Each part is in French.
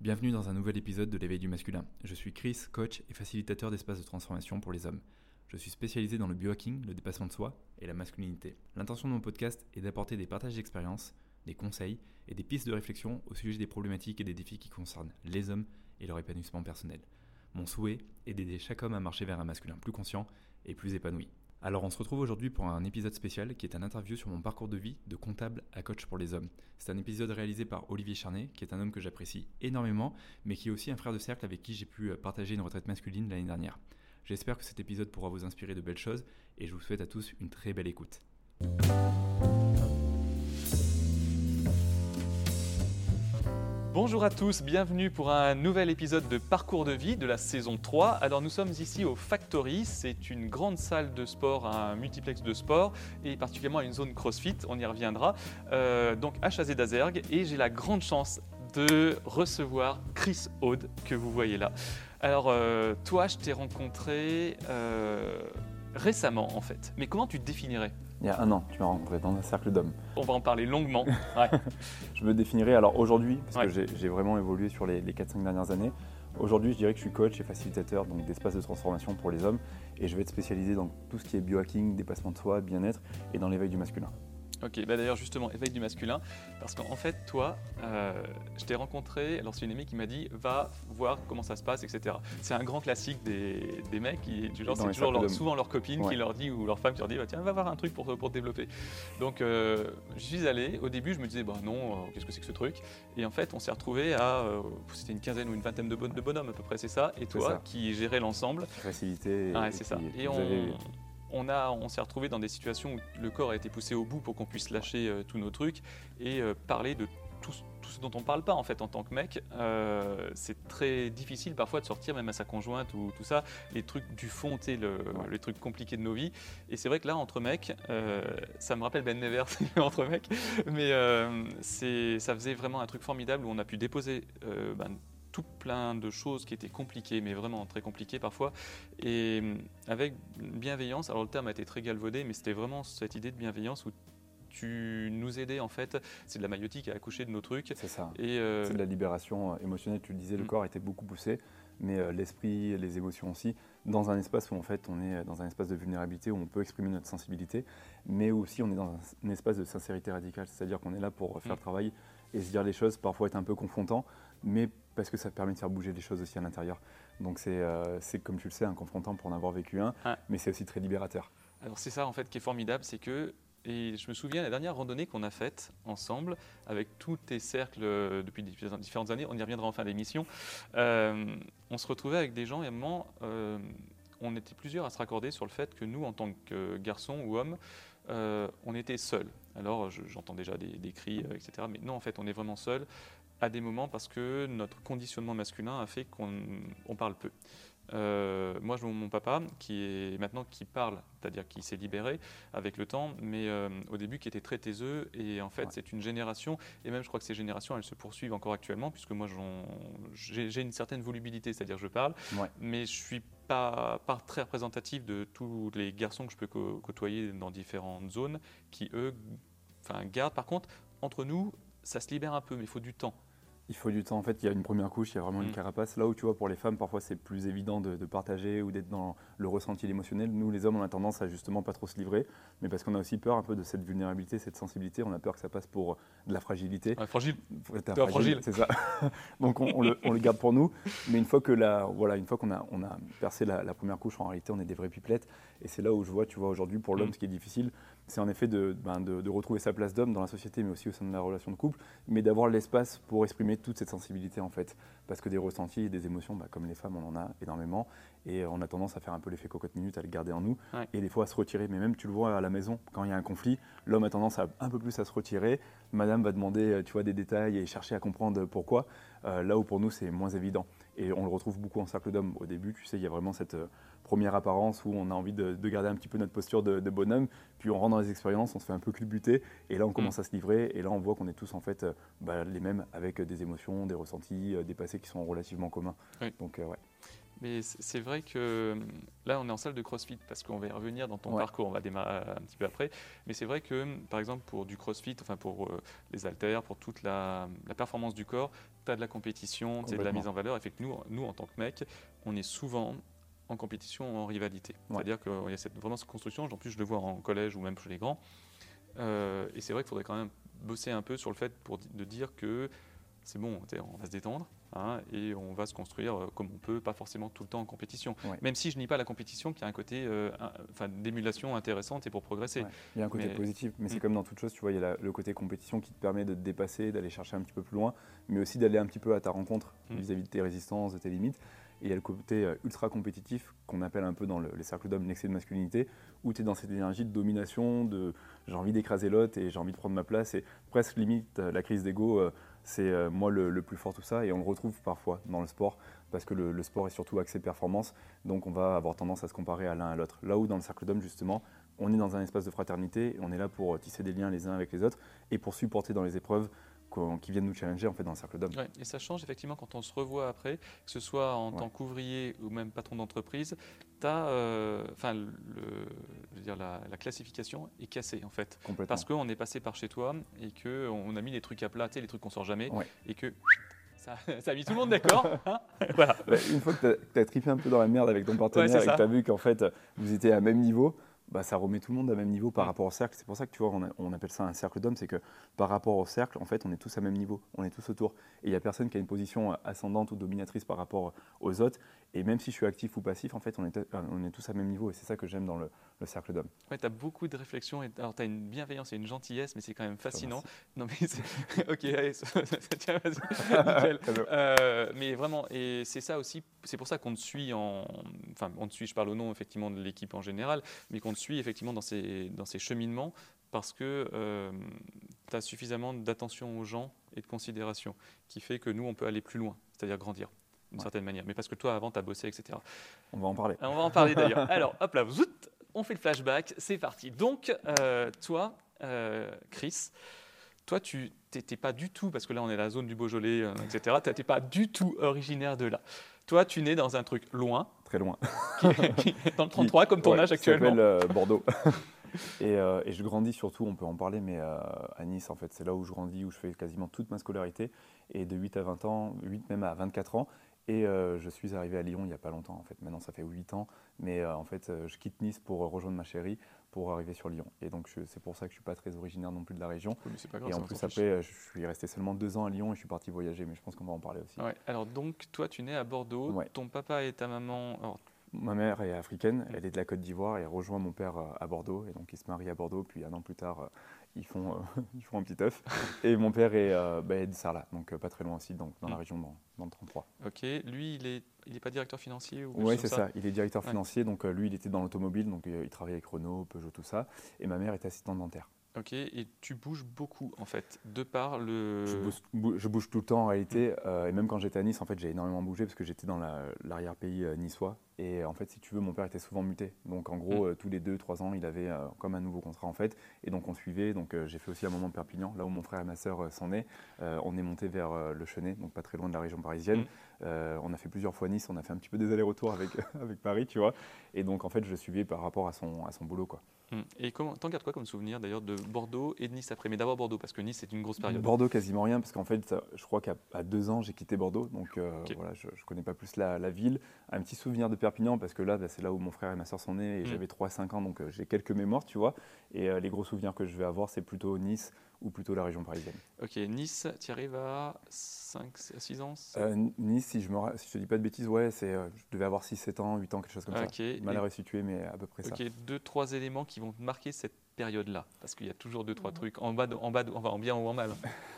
Bienvenue dans un nouvel épisode de l'éveil du masculin. Je suis Chris, coach et facilitateur d'espaces de transformation pour les hommes. Je suis spécialisé dans le biohacking, le dépassement de soi et la masculinité. L'intention de mon podcast est d'apporter des partages d'expériences, des conseils et des pistes de réflexion au sujet des problématiques et des défis qui concernent les hommes et leur épanouissement personnel. Mon souhait est d'aider chaque homme à marcher vers un masculin plus conscient et plus épanoui. Alors on se retrouve aujourd'hui pour un épisode spécial qui est un interview sur mon parcours de vie de comptable à coach pour les hommes. C'est un épisode réalisé par Olivier Charnet, qui est un homme que j'apprécie énormément, mais qui est aussi un frère de cercle avec qui j'ai pu partager une retraite masculine l'année dernière. J'espère que cet épisode pourra vous inspirer de belles choses et je vous souhaite à tous une très belle écoute. Bonjour à tous, bienvenue pour un nouvel épisode de Parcours de vie de la saison 3. Alors nous sommes ici au Factory, c'est une grande salle de sport, un multiplex de sport et particulièrement une zone CrossFit, on y reviendra, donc à Chazé d'Azergues, et j'ai la grande chance de recevoir Chris Aude que vous voyez là. Alors toi je t'ai rencontré récemment en fait, mais comment tu te définirais ? Il y a un an, tu m'as rencontré dans un cercle d'hommes. On va en parler longuement. Ouais. Je me définirais alors aujourd'hui, parce Ouais. que j'ai vraiment évolué sur les 4-5 dernières années. Aujourd'hui, je dirais que je suis coach et facilitateur donc d'espaces de transformation pour les hommes et je vais être spécialisé dans tout ce qui est biohacking, dépassement de soi, bien-être et dans l'éveil du masculin. Ok, bah d'ailleurs justement, éveil du masculin, parce qu'en fait, toi, je t'ai rencontré, alors c'est une amie qui m'a dit, va voir comment ça se passe, etc. C'est un grand classique des mecs, du genre, Dans c'est les toujours cercles d'hommes. souvent leur copine qui Ouais. leur dit, ou leur femme qui leur dit, bah, tiens, va voir un truc pour te développer. Donc je suis allé, au début je me disais, bah non, qu'est-ce que c'est que ce truc ? Et en fait, on s'est retrouvés à, c'était une quinzaine ou une vingtaine de bonhommes à peu près, c'est ça, et C'est toi ça. qui gérais l'ensemble. Facilité. Ouais, c'est ça. Et vous avez- on s'est retrouvés dans des situations où le corps a été poussé au bout pour qu'on puisse lâcher tous nos trucs et parler de tout ce dont on ne parle pas en fait en tant que mec. C'est très difficile parfois de sortir même à sa conjointe ou tout ça, les trucs du fond, tu sais, les trucs compliqués de nos vies. Et c'est vrai que là, entre mecs, ça me rappelle Ben Never, entre mecs, mais ça faisait vraiment un truc formidable où on a pu déposer tout plein de choses qui étaient compliquées, mais vraiment très compliquées parfois, et avec bienveillance. Alors le terme a été très galvaudé, mais c'était vraiment cette idée de bienveillance où tu nous aidais en fait. C'est de la maïotique à accoucher de nos trucs. C'est ça. Et C'est de la libération émotionnelle. Tu le disais, le corps était beaucoup poussé, mais l'esprit, les émotions aussi, dans un espace où en fait on est dans un espace de vulnérabilité où on peut exprimer notre sensibilité, mais aussi on est dans un espace de sincérité radicale. C'est-à-dire qu'on est là pour faire le travail et se dire les choses, parfois être un peu confrontant, mais parce que ça permet de faire bouger les choses aussi à l'intérieur. Donc c'est comme tu le sais, un confrontant pour en avoir vécu un, Ouais. mais c'est aussi très libérateur. alors c'est ça en fait qui est formidable, c'est que, et je me souviens la dernière randonnée qu'on a faite ensemble avec tous tes cercles depuis différentes années, on y reviendra en fin d'émission, on se retrouvait avec des gens et à un moment on était plusieurs à se raccorder sur le fait que nous en tant que garçons ou hommes on était seuls. Alors j'entends déjà des cris etc. Mais non en fait on est vraiment seuls à des moments parce que notre conditionnement masculin a fait qu'on parle peu. Moi, je vois mon papa qui parle, c'est-à-dire qui s'est libéré avec le temps, mais au début qui était très taiseux. Et en fait, c'est une génération, et même je crois que ces générations, elles se poursuivent encore actuellement, puisque moi, j'ai une certaine volubilité, c'est-à-dire je parle, mais je suis pas très représentatif de tous les garçons que je peux côtoyer dans différentes zones, qui eux, gardent. Par contre, entre nous, ça se libère un peu, mais il faut du temps. Il faut du temps, en fait, il y a une première couche, il y a vraiment une carapace. Là où tu vois, pour les femmes, parfois c'est plus évident de partager ou d'être dans le ressenti l'émotionnel. Nous, les hommes, on a tendance à justement pas trop se livrer, mais parce qu'on a aussi peur un peu de cette vulnérabilité, cette sensibilité, on a peur que ça passe pour de la fragilité. Fragile. T'es Toi, fragile. c'est ça. Donc on le garde pour nous, mais une fois qu'on a percé la première couche, en réalité, on est des vraies pipelettes. Et c'est là où je vois, tu vois, aujourd'hui, pour l'homme, ce qui est difficile, c'est en effet de retrouver sa place d'homme dans la société, mais aussi au sein de la relation de couple, mais d'avoir l'espace pour exprimer toute cette sensibilité en fait. Parce que des ressentis et des émotions, comme les femmes, on en a énormément, et on a tendance à faire un peu l'effet cocotte minute, à le garder en nous, et des fois à se retirer. Mais même, tu le vois à la maison, quand il y a un conflit, l'homme a tendance un peu plus à se retirer, madame va demander tu vois, des détails et chercher à comprendre pourquoi, là où pour nous c'est moins évident. Et on le retrouve beaucoup en cercle d'hommes. Au début, tu sais, il y a vraiment cette première apparence où on a envie de garder un petit peu notre posture de bonhomme, puis on rentre dans les expériences, on se fait un peu culbuter, et là on commence à se livrer, et là on voit qu'on est tous en fait les mêmes, avec des émotions, des ressentis, des passés qui sont relativement communs. Oui. Donc Mais c'est vrai que là, on est en salle de CrossFit parce qu'on va y revenir dans ton parcours, on va démarrer un petit peu après. Mais c'est vrai que, par exemple, pour du CrossFit, enfin pour les haltères, pour toute la performance du corps, tu as de la compétition, tu as de la mise en valeur. Et fait que nous, en tant que mecs, on est souvent en compétition, en rivalité. C'est-à-dire qu'il y a vraiment cette construction. En plus, je le vois en collège ou même chez les grands. Et c'est vrai qu'il faudrait quand même bosser un peu sur le fait de dire que c'est bon, on va se détendre. Et on va se construire comme on peut, pas forcément tout le temps en compétition. Même si je nie pas la compétition, qui a un côté d'émulation intéressante et pour progresser. Il y a un côté positif, mais c'est comme dans toute chose, tu vois, il y a le côté compétition qui te permet de te dépasser, d'aller chercher un petit peu plus loin, mais aussi d'aller un petit peu à ta rencontre vis-à-vis de tes résistances, de tes limites. Et il y a le côté ultra compétitif qu'on appelle un peu dans les cercles d'hommes l'excès de masculinité, où tu es dans cette énergie de domination, de j'ai envie d'écraser l'autre et j'ai envie de prendre ma place, et presque limite la crise d'ego. C'est moi le plus fort, tout ça, et on le retrouve parfois dans le sport, parce que le sport est surtout axé performance, donc on va avoir tendance à se comparer à l'un à l'autre. Là où dans le cercle d'hommes, justement, on est dans un espace de fraternité, et on est là pour tisser des liens les uns avec les autres, et pour supporter dans les épreuves qui viennent nous challenger en fait, dans le cercle d'hommes. Ouais, et ça change effectivement quand on se revoit après, que ce soit en tant qu'ouvrier ou même patron d'entreprise, la classification est cassée en fait. Parce qu'on est passé par chez toi et qu'on a mis les trucs à plat, tu sais, les trucs qu'on sort jamais, et que ça a mis tout le monde d'accord. Voilà. Une fois que tu as trippé un peu dans la merde avec ton partenaire et que tu as vu qu'en fait vous étiez à même niveau, ça remet tout le monde à même niveau par rapport au cercle. C'est pour ça que tu vois, on appelle ça un cercle d'hommes, c'est que par rapport au cercle, en fait, on est tous à même niveau, on est tous autour. Et il n'y a personne qui a une position ascendante ou dominatrice par rapport aux autres. Et même si je suis actif ou passif, en fait, on est tous à même niveau. Et c'est ça que j'aime dans le cercle d'hommes. Ouais, tu as beaucoup de réflexions. Alors, tu as une bienveillance et une gentillesse, mais c'est quand même fascinant. Non, mais ok, allez, tiens, vas-y, nickel. Mais vraiment, et c'est ça aussi, c'est pour ça qu'on te suit Enfin, on te suit, je parle au nom effectivement de l'équipe en général, mais qu'on te suit effectivement dans ces cheminements, parce que tu as suffisamment d'attention aux gens et de considération qui fait que nous, on peut aller plus loin, c'est-à-dire grandir d'une certaine manière. Mais parce que toi, avant, tu as bossé, etc. On va en parler. On va en parler d'ailleurs. Alors, hop là, on fait le flashback, c'est parti. Donc, toi, Chris, toi, tu n'étais pas du tout, parce que là, on est dans la zone du Beaujolais, etc., tu n'étais pas du tout originaire de là. Toi, tu nais dans un truc loin. Très loin. Dans le 33, comme ton âge actuellement. Qui s'appelle Bordeaux. Et je grandis surtout, on peut en parler, mais à Nice, en fait, c'est là où je grandis, où je fais quasiment toute ma scolarité. Et de 8 à 20 ans, 8 même à 24 ans. Et je suis arrivé à Lyon il n'y a pas longtemps, en fait. Maintenant, ça fait 8 ans. Mais en fait, je quitte Nice pour rejoindre ma chérie, pour arriver sur Lyon. Et donc, c'est pour ça que je ne suis pas très originaire non plus de la région. Oui, c'est pas grave, et en plus, après, je suis resté seulement 2 ans à Lyon et je suis parti voyager. Mais je pense qu'on va en parler aussi. Ouais. Alors, donc, toi, tu nais à Bordeaux. Ouais. Ton papa et ta maman... Alors, ma mère est africaine, elle est de la Côte d'Ivoire et rejoint mon père à Bordeaux. Et donc, ils se marient à Bordeaux. Puis, un an plus tard, ils font un petit œuf. Et mon père est de Sarlat, donc pas très loin aussi, donc dans la région, dans le 33. Ok, lui, il est pas directeur financier ou Oui, c'est ça. Il est directeur financier. Donc, lui, il était dans l'automobile. Donc, il travaillait avec Renault, Peugeot, tout ça. Et ma mère est assistante dentaire. Ok, et tu bouges beaucoup en fait, de par le... Je bouge tout le temps en réalité, et même quand j'étais à Nice, en fait, j'ai énormément bougé parce que j'étais dans l'arrière-pays niçois. Et en fait, si tu veux, mon père était souvent muté. Donc en gros, tous les 2-3 ans, il avait comme un nouveau contrat en fait. Et donc on suivait. Donc j'ai fait aussi un moment Perpignan, là où mon frère et ma sœur s'en est. On est monté vers le Chenet, donc pas très loin de la région parisienne. On a fait plusieurs fois Nice, on a fait un petit peu des allers-retours avec Paris, tu vois. Et donc en fait, je le suivais par rapport à son boulot, quoi. Et t'en gardes quoi comme souvenir d'ailleurs de Bordeaux et de Nice après? Mais d'abord Bordeaux, parce que Nice c'est une grosse période. Bordeaux, quasiment rien, parce qu'en fait, je crois qu'à 2 ans, j'ai quitté Bordeaux. Donc voilà, je ne connais pas plus la ville. Un petit souvenir de Perpignan, parce que là, c'est là où mon frère et ma soeur sont nés, et j'avais 3-5 ans, donc j'ai quelques mémoires, tu vois. Et les gros souvenirs que je vais avoir, c'est plutôt Nice ou plutôt la région parisienne. Ok, Nice, tu y arrives à 5-6 ans Nice, si je te dis pas de bêtises, ouais, je devais avoir 6-7 ans, 8 ans, quelque chose comme ça. Mal à resituer, mais à peu près ça. Ok, 2-3 éléments qui vont te marquer cette période-là, parce qu'il y a toujours 2-3 trucs, en bien ou en mal.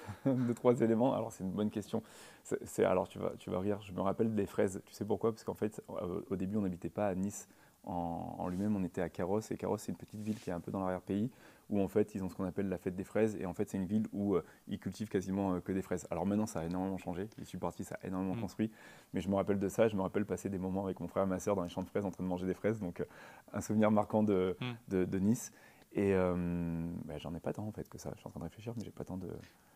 2-3 éléments, alors c'est une bonne question. Alors tu vas rire, je me rappelle des fraises. Tu sais pourquoi? Parce qu'en fait, au début, on n'habitait pas à Nice en lui-même, on était à Carros. Et Carros, c'est une petite ville qui est un peu dans l'arrière-pays, où en fait, ils ont ce qu'on appelle la fête des fraises. Et en fait, c'est une ville où ils cultivent quasiment que des fraises. Alors maintenant, ça a énormément changé. J'y suis parti, ça a énormément construit. Mais je me rappelle de ça. Je me rappelle passer des moments avec mon frère et ma sœur dans les champs de fraises en train de manger des fraises. Donc, un souvenir marquant de Nice. Et j'en ai pas tant en fait que ça. Je suis en train de réfléchir, mais j'ai pas tant de...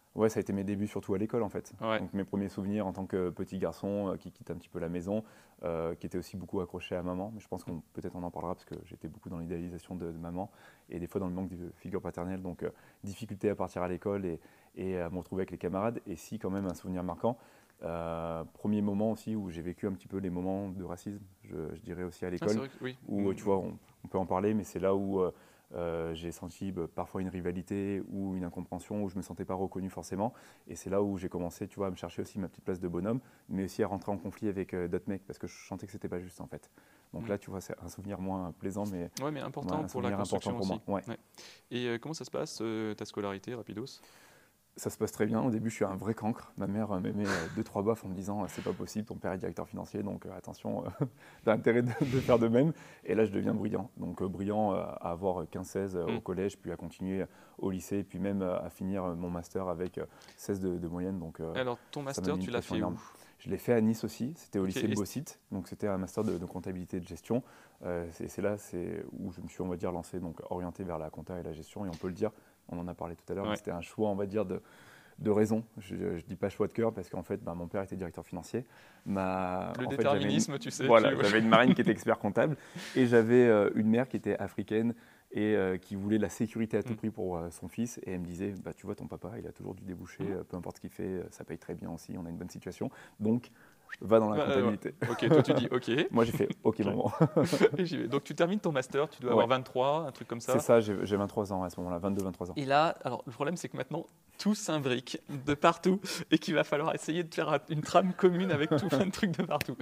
Ouais, ça a été mes débuts surtout à l'école en fait. Ouais. Donc mes premiers souvenirs en tant que petit garçon qui quitte un petit peu la maison, qui était aussi beaucoup accroché à maman. Mais je pense qu'on peut-être on en parlera parce que j'étais beaucoup dans l'idéalisation de maman et des fois dans le manque de figure paternelle. Donc difficulté à partir à l'école et à me retrouver avec les camarades. Et si quand même un souvenir marquant, premier moment aussi où j'ai vécu un petit peu les moments de racisme, je dirais aussi à Ah, c'est l'école, vrai que oui. où tu vois, on peut en parler, mais c'est là où j'ai senti parfois une rivalité ou une incompréhension où je ne me sentais pas reconnu forcément. Et c'est là où j'ai commencé, tu vois, à me chercher aussi ma petite place de bonhomme, mais aussi à rentrer en conflit avec d'autres mecs parce que je sentais que c'était pas juste en fait. Donc là, tu vois, c'est un souvenir moins plaisant, mais Ouais, mais important un pour la souvenir important construction pour moi. aussi. Ouais. Ouais. Et comment ça se passe, ta scolarité, rapidos? Ça se passe très bien. Au début, je suis un vrai cancre. Ma mère me met 2-3 baffes en me disant c'est pas possible, ton père est directeur financier, donc attention, t'as intérêt de faire de même. Et là, je deviens brillant. Donc brillant à avoir 15-16 au collège, puis à continuer au lycée, puis même à finir mon master avec 16 de moyenne. Donc Alors, ton ça m'a master, mis une tu l'as pression fait où? énorme. Je l'ai fait à Nice aussi. C'était au Ok, lycée Beausite. Donc c'était un master de comptabilité et de gestion. C'est là où je me suis, on va dire, lancé, donc orienté vers la compta et la gestion. Et on peut le dire, on en a parlé tout à l'heure, mais Ouais. c'était un choix, on va dire, de raison. Je ne dis pas choix de cœur parce qu'en fait, mon père était directeur financier. Le En fait, déterminisme, tu sais. voilà, j'avais une marraine qui était expert comptable et j'avais une mère qui était africaine et qui voulait la sécurité à tout prix pour son fils. Et elle me disait, tu vois, ton papa, il a toujours du débouché, peu importe ce qu'il fait, ça paye très bien aussi, on a une bonne situation. Donc, va dans la comptabilité. Ok, toi tu dis ok. Moi, j'ai fait ok, maman. Et j'y vais. Donc tu termines ton master, tu dois Ouais. avoir 23, un truc comme ça. C'est ça, j'ai 23 ans à ce moment-là, 22-23 ans. Et là, alors le problème c'est que maintenant tout s'imbrique de partout et qu'il va falloir essayer de faire une trame commune avec tout plein de trucs de partout.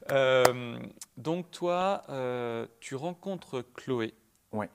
Donc toi, tu rencontres Chloé. Ouais.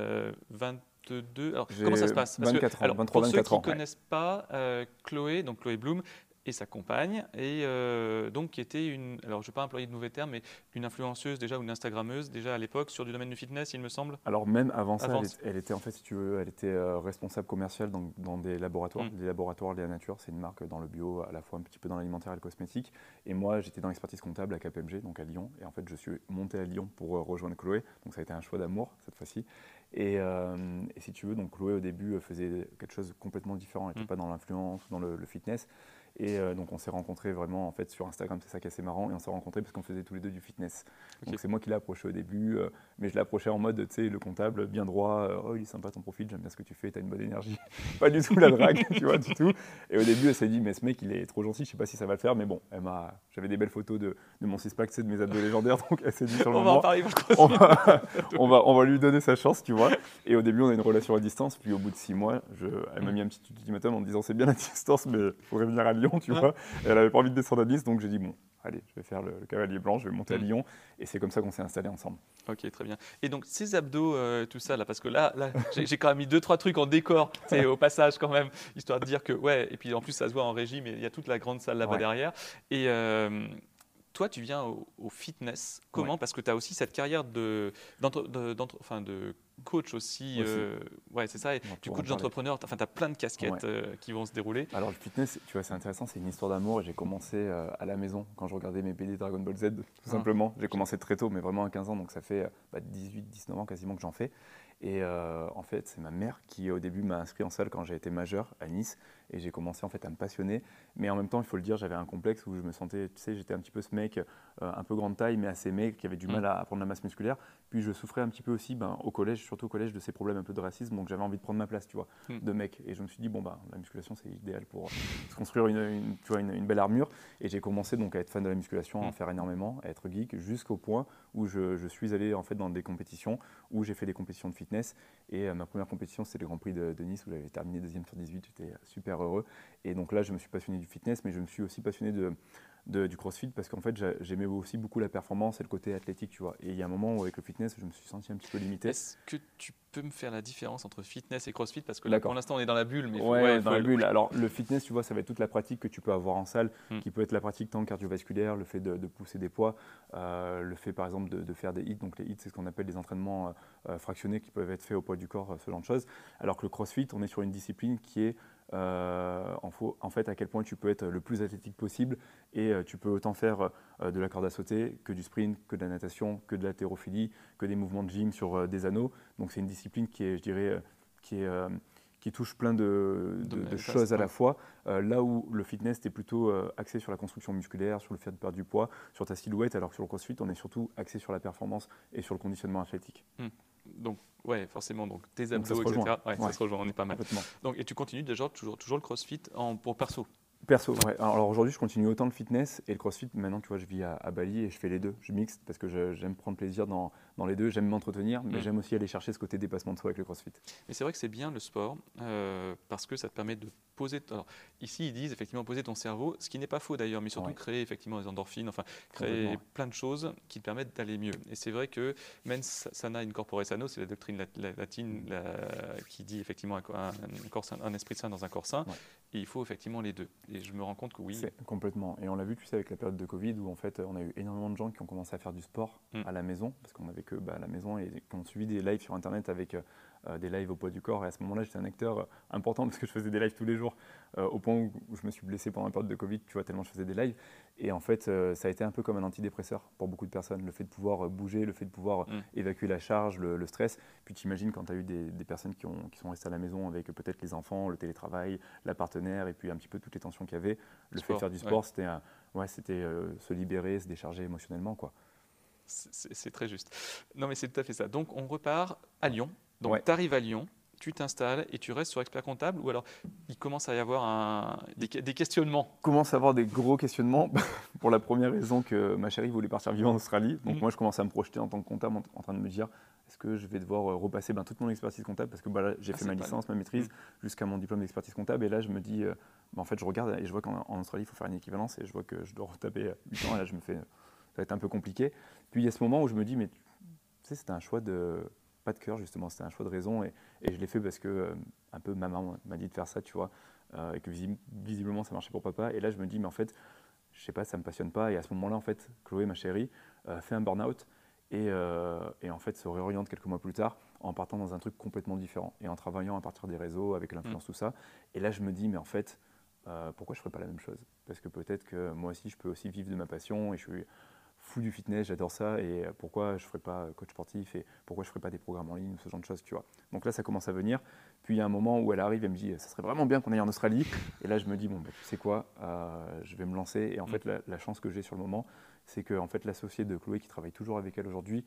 22. Alors J'ai comment ça se passe? Parce 24 ans, alors, 23, pour 24 ceux ans. qui ne connaissent pas, Chloé, donc Chloé Bloom et sa compagne, et donc qui était une, alors je ne vais pas employer de mauvais termes, mais une influenceuse déjà ou une Instagrammeuse déjà à l'époque sur du domaine du fitness, il me semble. Alors même avant ça, Avant. elle était en fait, si tu veux, elle était responsable commerciale dans des laboratoires. Les laboratoires de la nature, c'est une marque dans le bio, à la fois un petit peu dans l'alimentaire et le cosmétique. Et moi, j'étais dans l'expertise comptable à KPMG, donc à Lyon. Et en fait, je suis monté à Lyon pour rejoindre Chloé. Donc ça a été un choix d'amour cette fois-ci. Et si tu veux, donc Chloé au début faisait quelque chose de complètement différent. Elle n'était pas dans l'influence ou dans le fitness. Et donc on s'est rencontrés vraiment en fait sur Instagram, c'est ça qui est assez marrant. Et on s'est rencontrés parce qu'on faisait tous les deux du fitness. Okay. Donc c'est moi qui l'ai approché au début, mais je l'ai approché en mode, tu sais, le comptable, bien droit. Oh, il est sympa ton profil, j'aime bien ce que tu fais, t'as une bonne énergie. Pas du tout la drague, tu vois, du tout. Et au début, elle s'est dit, mais ce mec, il est trop gentil, je sais pas si ça va le faire. Mais bon, j'avais des belles photos de mon six-pack, de mes abdos légendaires. Donc elle s'est dit sur le moment, va en parler, on va lui donner sa chance, tu vois. Et au début, on a une relation à distance. Puis au bout de 6 mois, elle m'a mis un petit ultimatum en me disant, c'est bien la distance, mais il faudrait venir à Lyon, tu vois. Et elle avait pas envie de descendre à Nice, donc j'ai dit, bon, allez, je vais faire le cavalier blanc, je vais monter à Lyon. Et c'est comme ça qu'on s'est installés ensemble. Ok, très bien. Et donc, ces abdos, tout ça, là, parce que là j'ai quand même mis 2-3 trucs en décor, au passage quand même, histoire de dire que, ouais, et puis en plus, ça se voit en régie, mais il y a toute la grande salle là-bas derrière. Et toi, tu viens au fitness. Comment? Parce que tu as aussi cette carrière de coach aussi. Ouais, c'est ça. Et tu coach d'entrepreneur. Enfin, tu as plein de casquettes qui vont se dérouler. Alors, le fitness, tu vois, c'est intéressant. C'est une histoire d'amour. J'ai commencé à la maison quand je regardais mes BD Dragon Ball Z, tout simplement. J'ai commencé très tôt, mais vraiment à 15 ans. Donc, ça fait 18-19 ans quasiment que j'en fais. Et en fait, c'est ma mère qui, au début, m'a inscrit en salle quand j'ai été majeur à Nice. Et j'ai commencé en fait à me passionner. Mais en même temps, il faut le dire, j'avais un complexe où je me sentais, tu sais, j'étais un petit peu ce mec, un peu grande taille, mais assez maigre, qui avait du mal à prendre la masse musculaire. Puis je souffrais un petit peu aussi au collège, surtout au collège, de ces problèmes un peu de racisme. Donc j'avais envie de prendre ma place, tu vois, de mec. Et je me suis dit, la musculation, c'est idéal pour se construire une belle armure. Et j'ai commencé donc à être fan de la musculation, à en faire énormément, à être geek, jusqu'au point où je suis allé en fait dans des compétitions, où j'ai fait des compétitions de fitness. Et ma première compétition, c'était le Grand Prix de Nice, où j'avais terminé 2e sur 18. J'étais super heureux. Et donc là, je me suis passionné du fitness, mais je me suis aussi passionné du crossfit parce qu'en fait, j'aimais aussi beaucoup la performance et le côté athlétique, tu vois. Et il y a un moment où avec le fitness, je me suis senti un petit peu limité. Est-ce que tu peux me faire la différence entre fitness et crossfit? Parce que là, pour l'instant, on est dans la bulle. Mais dans la bulle. Alors, le fitness, tu vois, ça va être toute la pratique que tu peux avoir en salle, qui peut être la pratique tant cardiovasculaire, le fait de pousser des poids, le fait, par exemple, de faire des hits. Donc, les hits, c'est ce qu'on appelle des entraînements fractionnés qui peuvent être faits au poids du corps, ce genre de choses. Alors que le crossfit, on est sur une discipline qui est en fait à quel point tu peux être le plus athlétique possible et tu peux autant faire de la corde à sauter que du sprint, que de la natation, que de l'haltérophilie, que des mouvements de gym sur des anneaux. Donc c'est une discipline qui est, je dirais, qui qui touche plein de choses à la fois. Là où le fitness, tu es plutôt axé sur la construction musculaire, sur le fait de perdre du poids, sur ta silhouette, alors que sur le CrossFit, on est surtout axé sur la performance et sur le conditionnement athlétique. Donc, ouais, forcément, donc tes Donc, ça abdos, se rejoint. etc. Ouais, ça se rejoint, on est pas mal. Complètement. Donc, et tu continues déjà toujours le CrossFit pour perso. Perso, ouais. Alors aujourd'hui, je continue autant le fitness et le CrossFit. Maintenant, tu vois, je vis à Bali et je fais les deux. Je mixe parce que j'aime prendre plaisir dans les deux. J'aime m'entretenir, mais j'aime aussi aller chercher ce côté dépassement de soi avec le CrossFit. Mais c'est vrai que c'est bien le sport parce que ça te permet de poser. Alors, ici, ils disent effectivement poser ton cerveau, ce qui n'est pas faux d'ailleurs, mais surtout créer effectivement des endorphines, enfin créer plein de choses qui te permettent d'aller mieux. Et c'est vrai que mens sana in corpore sano, c'est la doctrine latine qui dit effectivement un esprit sain dans un corps sain. Et il faut effectivement les deux. Et je me rends compte que oui. Complètement. Et on l'a vu, tu sais, avec la période de Covid où en fait, on a eu énormément de gens qui ont commencé à faire du sport à la maison, parce qu'on n'avait que à la maison, et qui ont suivi des lives sur Internet avec des lives au poids du corps. Et à ce moment-là, j'étais un acteur important parce que je faisais des lives tous les jours, au point où je me suis blessé pendant la période de Covid, tu vois, tellement je faisais des lives. Et en fait, ça a été un peu comme un antidépresseur pour beaucoup de personnes. Le fait de pouvoir bouger, le fait de pouvoir évacuer la charge, le stress. Puis tu imagines quand tu as eu des personnes qui sont restées à la maison avec peut-être les enfants, le télétravail, la partenaire, et puis un petit peu toutes les tensions qu'il y avait. Le fait de faire du sport, c'était se libérer, se décharger émotionnellement, quoi. C'est très juste. Non, mais c'est tout à fait ça. Donc, on repart à Lyon. Donc, tu arrives à Lyon, tu t'installes et tu restes sur expert comptable, ou alors il commence à y avoir des questionnements? Il commence à avoir des gros questionnements pour la première raison que ma chérie voulait partir vivre en Australie. Donc, moi, je commence à me projeter en tant que comptable en train de me dire est-ce que je vais devoir repasser toute mon expertise comptable, parce que là, j'ai fait ma licence, ma maîtrise, jusqu'à mon diplôme d'expertise comptable. Et là, je me dis, en fait, je regarde et je vois qu'en Australie, il faut faire une équivalence, et je vois que je dois retaper 8 ans. Et là, je me fais, ça va être un peu compliqué. Puis il y a ce moment où je me dis, mais tu sais, c'était un choix pas de cœur, justement, c'était un choix de raison. Et je l'ai fait parce que un peu ma maman m'a dit de faire ça, tu vois, et que visiblement, ça marchait pour papa. Et là, je me dis, mais en fait, je sais pas, ça me passionne pas. Et à ce moment-là, en fait, Chloé, ma chérie, fait un burn-out et en fait se réoriente quelques mois plus tard en partant dans un truc complètement différent et en travaillant à partir des réseaux avec l'influence, tout ça. Et là, je me dis, mais en fait, pourquoi je ferais pas la même chose? Parce que peut-être que moi aussi, je peux aussi vivre de ma passion, et je suis fou du fitness, j'adore ça, et pourquoi je ne ferais pas coach sportif, et pourquoi je ne ferais pas des programmes en ligne, ce genre de choses, tu vois. Donc là, ça commence à venir. Puis il y a un moment où elle arrive, elle me dit, ça serait vraiment bien qu'on aille en Australie. Et là, je me dis, bon, tu sais quoi, je vais me lancer. Et en fait, la chance que j'ai sur le moment, c'est que en fait, l'associé de Chloé, qui travaille toujours avec elle aujourd'hui,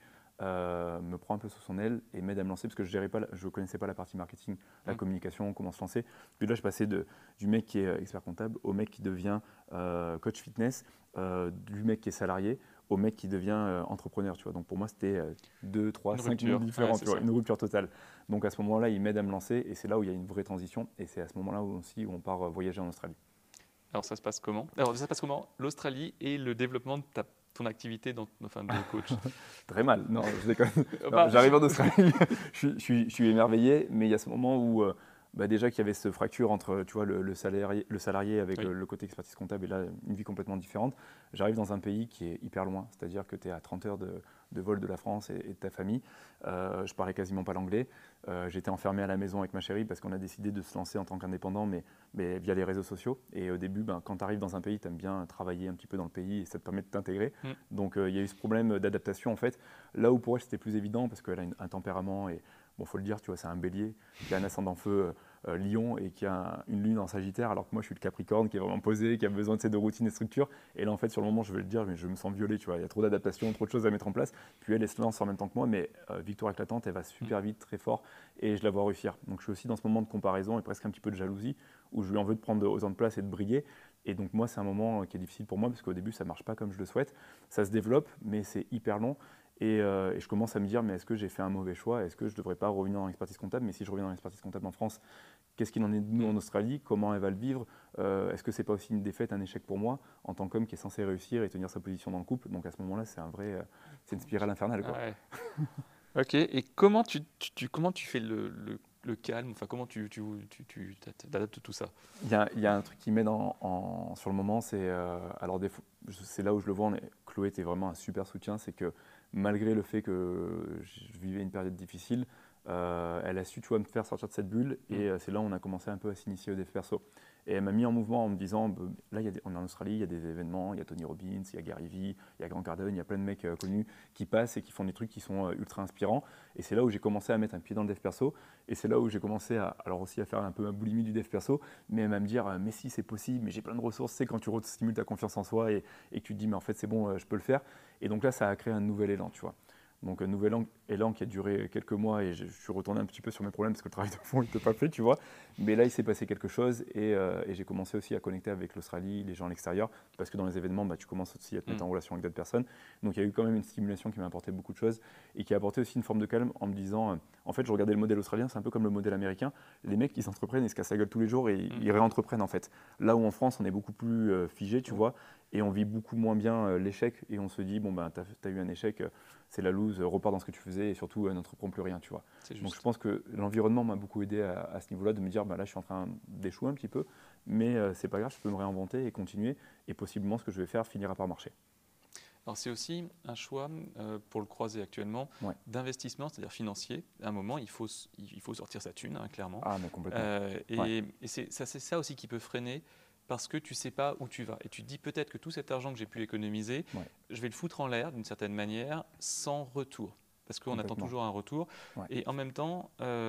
me prend un peu sous son aile et m'aide à me lancer, parce que je ne connaissais pas la partie marketing, la communication, comment se lancer. Puis là, je passais du mec qui est expert comptable au mec qui devient coach fitness, du mec qui est salarié au mec qui devient entrepreneur, tu vois. Donc pour moi, c'était 2, 3, 5 mondes différents, tu vois, une rupture totale. Donc à ce moment-là, il m'aide à me lancer, et c'est là où il y a une vraie transition, et c'est à ce moment-là aussi où on part voyager en Australie. Alors ça se passe comment? L'Australie et le développement de ton activité de coach? Très mal, non, je déconne. J'arrive en Australie, je suis émerveillé, mais il y a ce moment où déjà qu'il y avait cette fracture entre, tu vois, le salarié avec le côté expertise comptable, et là, une vie complètement différente. J'arrive dans un pays qui est hyper loin, c'est-à-dire que tu es à 30 heures de vol de la France et de ta famille. Je parlais quasiment pas l'anglais. J'étais enfermé à la maison avec ma chérie parce qu'on a décidé de se lancer en tant qu'indépendant, mais via les réseaux sociaux. Et au début, quand tu arrives dans un pays, tu aimes bien travailler un petit peu dans le pays, et ça te permet de t'intégrer. Donc il y a eu ce problème d'adaptation, en fait. Là où pour elle, c'était plus évident parce qu'elle a un tempérament, et bon, faut le dire, tu vois, c'est un bélier qui a un ascendant feu Lion, et qui a une lune en Sagittaire, alors que moi je suis le Capricorne qui est vraiment posé, qui a besoin de routine et structure. Et là, en fait, sur le moment, je vais le dire, mais je me sens violé, tu vois, il y a trop d'adaptation, trop de choses à mettre en place. Puis elle se lance en même temps que moi, mais victoire éclatante, elle va super vite, très fort, et je la vois réussir. Donc je suis aussi dans ce moment de comparaison et presque un petit peu de jalousie, où je lui en veux de prendre autant de place et de briller. Et donc moi, c'est un moment qui est difficile pour moi, parce qu'au début, ça ne marche pas comme je le souhaite. Ça se développe, mais c'est hyper long. Et je commence à me dire, mais est-ce que j'ai fait un mauvais choix? Est-ce que je ne devrais pas revenir dans l'expertise comptable? Mais si je reviens dans l'expertise comptable en France, qu'est-ce qu'il en est de nous en Australie? Comment elle va le vivre? Est-ce que ce n'est pas aussi une défaite, un échec pour moi, en tant qu'homme qui est censé réussir et tenir sa position dans le couple? Donc à ce moment-là, c'est une spirale infernale, quoi. Ouais. Ok, et comment tu fais le calme, enfin comment tu adaptes tout ça? Il y a un truc qui m'aide sur le moment, c'est c'est là où je le vois, Chloé était vraiment un super soutien, c'est que malgré le fait que je vivais une période difficile, elle a su, tu vois, me faire sortir de cette bulle, et c'est là où on a commencé un peu à s'initier au dev perso. Et elle m'a mis en mouvement en me disant, là, on est en Australie, il y a des événements, il y a Tony Robbins, il y a Gary Vee, il y a Grant Cardone, il y a plein de mecs connus qui passent et qui font des trucs qui sont ultra inspirants. Et c'est là où j'ai commencé à mettre un pied dans le dev perso. Et c'est là où j'ai commencé alors aussi à faire un peu ma boulimie du dev perso, mais même à me dire, mais si, c'est possible, mais j'ai plein de ressources. C'est quand tu stimules ta confiance en soi et que tu te dis, mais en fait, c'est bon, je peux le faire. Et donc là, ça a créé un nouvel élan, tu vois. Donc un nouvel élan qui a duré quelques mois et je suis retourné un petit peu sur mes problèmes parce que le travail de fond n'était pas fait, tu vois. Mais là, il s'est passé quelque chose et j'ai commencé aussi à connecter avec l'Australie, les gens à l'extérieur, parce que dans les événements, tu commences aussi à te mettre en relation avec d'autres personnes. Donc il y a eu quand même une stimulation qui m'a apporté beaucoup de choses et qui a apporté aussi une forme de calme en me disant, en fait, je regardais le modèle australien, c'est un peu comme le modèle américain. Les mecs, ils s'entreprennent, ils se cassent la gueule tous les jours et ils réentreprennent en fait. Là où en France, on est beaucoup plus figé, tu vois, et on vit beaucoup moins bien l'échec et on se dit, bon, t'as eu un échec, c'est la loose, repars dans ce que tu faisais et surtout n'entreprends plus rien, tu vois. Donc je pense que l'environnement m'a beaucoup aidé à ce niveau-là, de me dire, là je suis en train d'échouer un petit peu, mais c'est pas grave, je peux me réinventer et continuer et possiblement ce que je vais faire finira par marcher. Alors c'est aussi un choix, pour le croiser actuellement, d'investissement, c'est-à-dire financier. À un moment, il faut sortir sa thune, clairement. Ah, mais complètement. Et c'est ça aussi qui peut freiner, parce que tu ne sais pas où tu vas. Et tu te dis peut-être que tout cet argent que j'ai pu économiser, je vais le foutre en l'air d'une certaine manière, sans retour. Parce qu'on attend toujours un retour. Et en même temps,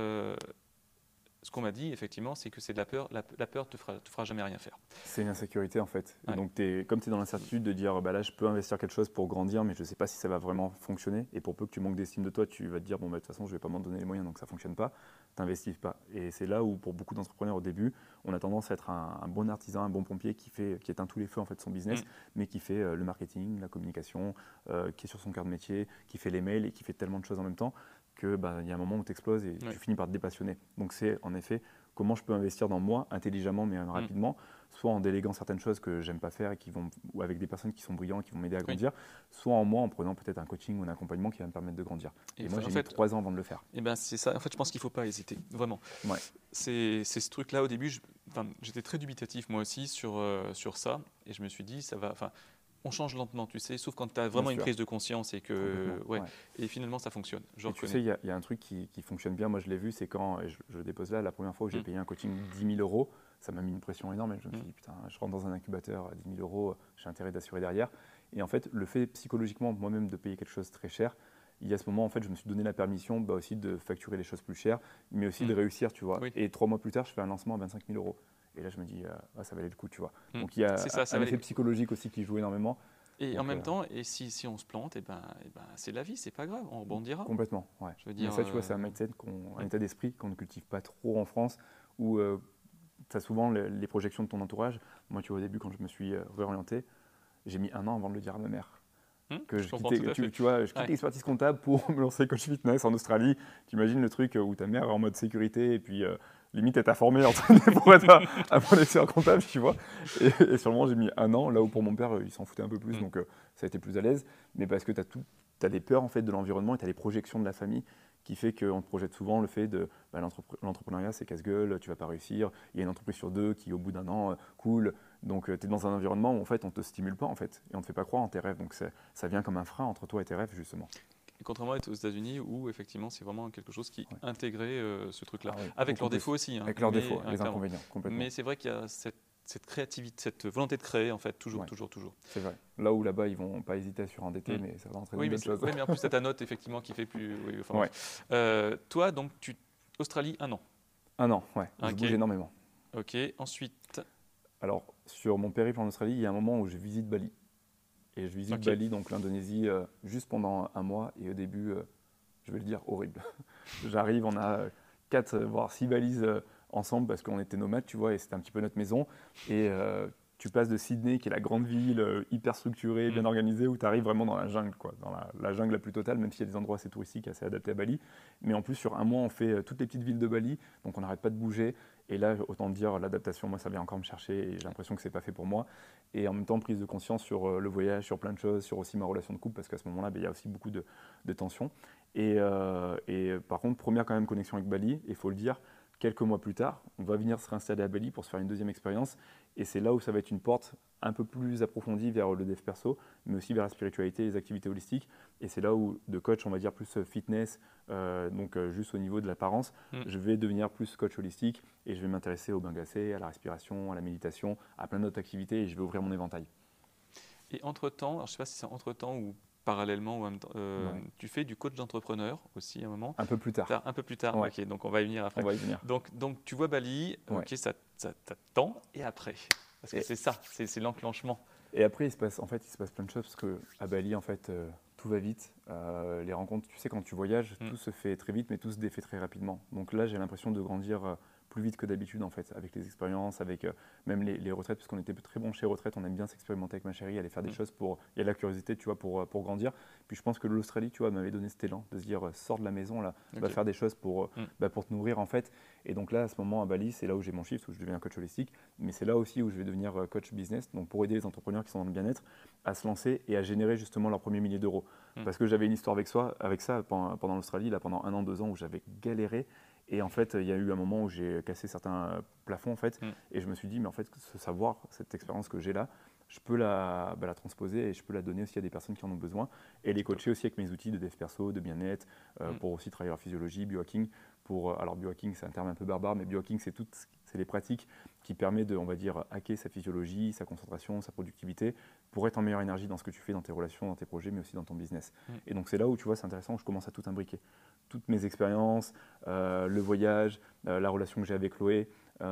ce qu'on m'a dit, effectivement, c'est que c'est de la peur. La peur te fera jamais rien faire. C'est une insécurité, en fait. Et donc, comme tu es dans l'incertitude de dire, là, je peux investir quelque chose pour grandir, mais je ne sais pas si ça va vraiment fonctionner. Et pour peu que tu manques d'estime de toi, tu vas te dire, de toute façon, je ne vais pas m'en donner les moyens, donc ça ne fonctionne pas. Tu n'investis pas. Et c'est là où, pour beaucoup d'entrepreneurs au début, on a tendance à être un bon artisan, un bon pompier qui éteint tous les feux, en fait, de son business, mais qui fait le marketing, la communication, qui est sur son cœur de métier, qui fait les mails et qui fait tellement de choses en même temps qu'il y a un moment où tu exploses et tu finis par te dépassionner. Donc c'est en effet comment je peux investir dans moi intelligemment mais rapidement, soit en déléguant certaines choses que j'aime pas faire ou avec des personnes qui sont brillantes, qui vont m'aider à grandir, soit en moi en prenant peut-être un coaching ou un accompagnement qui va me permettre de grandir. Et moi j'ai mis 3 ans avant de le faire. Et c'est ça. En fait, je pense qu'il ne faut pas hésiter, vraiment. C'est ce truc-là au début. J'étais très dubitatif moi aussi sur ça et je me suis dit ça va. On change lentement, tu sais, sauf quand tu as vraiment une prise de conscience et que et finalement ça fonctionne. Tu sais, il y a un truc qui fonctionne bien. Moi, je l'ai vu, c'est quand je dépose là la première fois où j'ai payé un coaching 10 000 €. Ça m'a mis une pression énorme. Et je me suis dit putain, je rentre dans un incubateur à 10 000 €, j'ai intérêt d'assurer derrière. Et en fait, le fait psychologiquement moi-même de payer quelque chose de très cher, il y a ce moment en fait, je me suis donné la permission aussi de facturer les choses plus chères, mais aussi de réussir, tu vois. Et 3 mois plus tard, je fais un lancement à 25 000 €. Et là, je me dis, ça valait le coup, tu vois. Donc, il y a un effet psychologique aussi qui joue énormément. Et en même temps, si on se plante, c'est la vie, c'est pas grave, on rebondira. Complètement, ouais. Je veux dire, mais ça, tu vois, c'est un mindset, un état d'esprit qu'on ne cultive pas trop en France, où tu as souvent les projections de ton entourage. Moi, tu vois, au début, quand je me suis réorienté, j'ai mis 1 an avant de le dire à ma mère. Que je quittais l'expertise comptable pour me lancer coach fitness en Australie. Tu imagines le truc où ta mère est en mode sécurité et puis limite elle t'a formé pour être un bon expert comptable, tu vois. Et sur le moment, j'ai mis 1 an, là où pour mon père, il s'en foutait un peu plus, donc ça a été plus à l'aise. Mais parce que tu as des peurs en fait, de l'environnement et tu as les projections de la famille qui fait qu'on te projette souvent le fait de l'entrepreneuriat, c'est casse-gueule, tu ne vas pas réussir. Il y a une entreprise sur 2 qui, au bout d'1 an, cool. Donc, tu es dans un environnement où en fait, on ne te stimule pas en fait, et on ne te fait pas croire en tes rêves. Donc, ça vient comme un frein entre toi et tes rêves, justement. Et contrairement aux États-Unis, où effectivement, c'est vraiment quelque chose qui intégrait ce truc-là. Avec leurs défauts aussi. Avec leurs défauts, les inconvénients, complètement. Mais c'est vrai qu'il y a cette créativité, cette volonté de créer, en fait, toujours. C'est vrai. Là-bas, ils ne vont pas hésiter à surendetter, mais ça va entraîner d'autres choses. Oui, mais en plus, c'est ta note, effectivement, qui fait plus... toi, donc, Australie, 1 an. 1 an, je bouge énormément. Ok, ensuite... Alors, sur mon périple en Australie, il y a un moment où je visite Bali. Et je visite Bali, donc l'Indonésie, juste pendant 1 mois. Et au début, je vais le dire, horrible. J'arrive, on a 4, voire 6 valises ensemble parce qu'on était nomades, tu vois, et c'était un petit peu notre maison. Et tu passes de Sydney, qui est la grande ville, hyper structurée, bien organisée, où tu arrives vraiment dans la jungle, quoi, dans la jungle la plus totale, même s'il y a des endroits assez touristiques, assez adaptés à Bali. Mais en plus, sur 1 mois, on fait toutes les petites villes de Bali, donc on n'arrête pas de bouger. Et là, autant dire, l'adaptation, moi, ça vient encore me chercher et j'ai l'impression que c'est pas fait pour moi. Et en même temps, prise de conscience sur le voyage, sur plein de choses, sur aussi ma relation de couple, parce qu'à ce moment-là, il y a aussi beaucoup de tensions. Et par contre, première quand même connexion avec Bali, il faut le dire, quelques mois plus tard, on va venir se réinstaller à Bali pour se faire une deuxième expérience. Et c'est là où ça va être une porte un peu plus approfondie vers le dev perso, mais aussi vers la spiritualité, les activités holistiques. Et c'est là où, de coach, on va dire plus fitness, juste au niveau de l'apparence, je vais devenir plus coach holistique et je vais m'intéresser au bain glacé, à la respiration, à la méditation, à plein d'autres activités et je vais ouvrir mon éventail. Et entre-temps, alors je ne sais pas si c'est entre-temps ou parallèlement, ou en même temps, tu fais du coach d'entrepreneur aussi à un moment. Un peu plus tard. Un peu plus tard, Ouais. ok, donc on va y venir après. On va y venir. Donc tu vois Bali, ok, ça te tend, et après? Parce que c'est ça, c'est l'enclenchement. Et après, il se passe plein de choses parce qu'à Bali, en fait, tout va vite. Les rencontres, tu sais, quand tu voyages, tout se fait très vite, mais tout se défait très rapidement. Donc là, j'ai l'impression de grandir plus vite que d'habitude, en fait, avec les expériences, avec même les retraites, parce qu'on était très bons chez Retraite, on aime bien s'expérimenter avec ma chérie, aller faire des choses pour. Il y a de la curiosité, tu vois, pour grandir. Puis je pense que l'Australie, tu vois, m'avait donné cet élan de se dire, sors de la maison, là, va faire des choses pour te nourrir, en fait. Et donc là, à ce moment, à Bali, c'est là où j'ai mon shift, où je deviens coach holistique, mais c'est là aussi où je vais devenir coach business, donc pour aider les entrepreneurs qui sont dans le bien-être à se lancer et à générer justement leur premier millier d'euros. Parce que j'avais une histoire avec ça pendant l'Australie, là, pendant 1 an, 2 ans, où j'avais galéré. Et en fait, il y a eu un moment où j'ai cassé certains plafonds, en fait, et je me suis dit, mais en fait, ce savoir, cette expérience que j'ai là, je peux la transposer et je peux la donner aussi à des personnes qui en ont besoin et les coacher aussi avec mes outils de dev perso, de bien-être, pour aussi travailler leur physiologie, biohacking. Alors biohacking, c'est un terme un peu barbare, mais biohacking, c'est les pratiques qui permettent de, on va dire, hacker sa physiologie, sa concentration, sa productivité, pour être en meilleure énergie dans ce que tu fais, dans tes relations, dans tes projets, mais aussi dans ton business. Et donc c'est là où, tu vois, c'est intéressant, où je commence à tout imbriquer. Toutes mes expériences, le voyage, la relation que j'ai avec Chloé,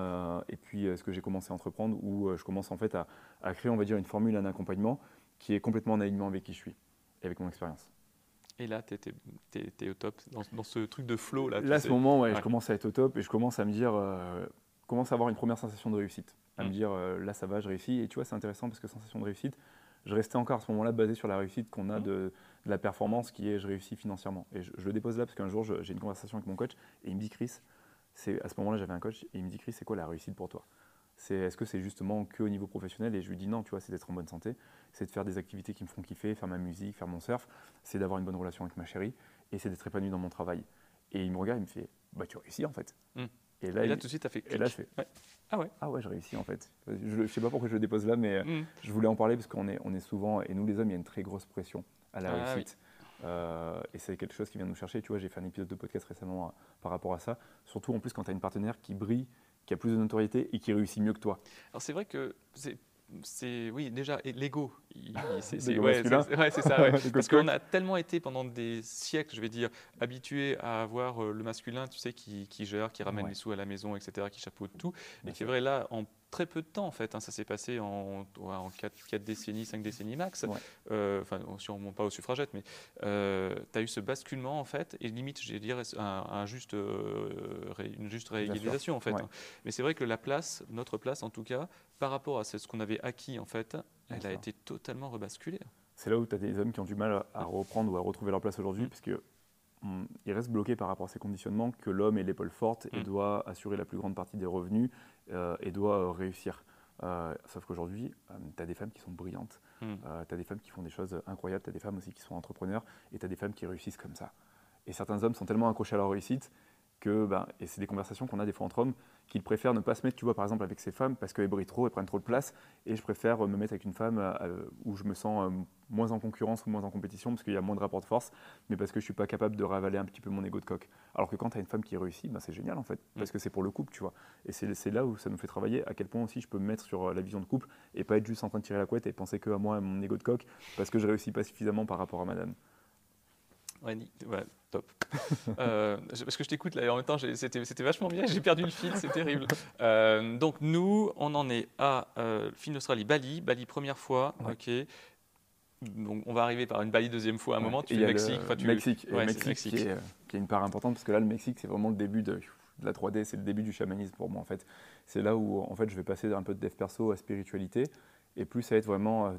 et puis ce que j'ai commencé à entreprendre, où je commence en fait à créer, on va dire, une formule, un accompagnement qui est complètement en alignement avec qui je suis et avec mon expérience. Et là, tu es au top, dans ce truc de flow. Là, à ce moment, je commence à être au top et je commence à me dire, commence à avoir une première sensation de réussite. À me dire, là, ça va, je réussis. Et tu vois, c'est intéressant parce que sensation de réussite, je restais encore à ce moment-là basé sur la réussite qu'on a de la performance qui est je réussis financièrement. Et je le dépose là parce qu'un jour, j'ai une conversation avec mon coach et il me dit, Chris, à ce moment-là, j'avais un coach et il me dit, Chris, c'est quoi la réussite pour toi ? Est-ce que c'est justement qu'au niveau professionnel? Et je lui dis non, tu vois, c'est d'être en bonne santé, c'est de faire des activités qui me font kiffer, faire ma musique, faire mon surf, c'est d'avoir une bonne relation avec ma chérie et c'est d'être épanoui dans mon travail. Et il me regarde, il me fait, bah tu réussis en fait. Et là, tout de suite, tu as fait clic. Et là, je fais, ah ouais, je réussis en fait. Je sais pas pourquoi je le dépose là, mais je voulais en parler parce qu'on est souvent, et nous les hommes, il y a une très grosse pression à la réussite. Oui. Et c'est quelque chose qui vient nous chercher. Tu vois, j'ai fait un épisode de podcast récemment par rapport à ça. Surtout en plus quand tu as une partenaire qui brille, qui a plus de notoriété et qui réussit mieux que toi. Alors c'est vrai que oui, déjà, l'ego, c'est ça, parce qu'on a tellement été pendant des siècles, je vais dire, habitués à avoir le masculin, tu sais, qui gère, qui ramène les sous à la maison, etc., qui chapeaute tout, et qui est vrai là, en très peu de temps, en fait, ça s'est passé en 4 décennies, 5 décennies max, enfin, si on ne remonte pas aux suffragettes, mais tu as eu ce basculement, en fait, et limite, je vais dire, une juste réégalisation, en fait. Mais c'est vrai que notre place, en tout cas, par rapport à ce qu'on avait acquis, en fait, elle a été totalement rebasculée. C'est là où tu as des hommes qui ont du mal à reprendre ou à retrouver leur place aujourd'hui, parce qu'ils restent bloqués par rapport à ces conditionnements que l'homme est l'épaule forte et doit assurer la plus grande partie des revenus et doit réussir. Sauf qu'aujourd'hui, tu as des femmes qui sont brillantes, tu as des femmes qui font des choses incroyables, tu as des femmes aussi qui sont entrepreneurs et tu as des femmes qui réussissent comme ça. Et certains hommes sont tellement accrochés à leur réussite et c'est des conversations qu'on a des fois entre hommes, qu'ils préfèrent ne pas se mettre, tu vois, par exemple, avec ces femmes parce qu'elles brillent trop, elles prennent trop de place, et je préfère me mettre avec une femme où je me sens moins en concurrence ou moins en compétition parce qu'il y a moins de rapport de force, mais parce que je ne suis pas capable de ravaler un petit peu mon ego de coq. Alors que quand tu as une femme qui réussit, c'est génial en fait, parce que c'est pour le couple, tu vois. Et c'est là où ça nous fait travailler à quel point aussi je peux me mettre sur la vision de couple et pas être juste en train de tirer la couette et penser que à moi, à mon ego de coq, parce que je ne réussis pas suffisamment par rapport à madame. Ouais, top. Parce que je t'écoute là et en même temps, c'était vachement bien, j'ai perdu le fil, c'est terrible. Donc nous, on en est à film d'Australie, Bali première fois, ok. Donc on va arriver par une Bali deuxième fois à un moment, tu fais le Mexique. Mexique qui est une part importante parce que là, le Mexique, c'est vraiment le début de la 3D, c'est le début du chamanisme pour moi en fait. C'est là où en fait, je vais passer un peu de dev perso à spiritualité et plus ça va être vraiment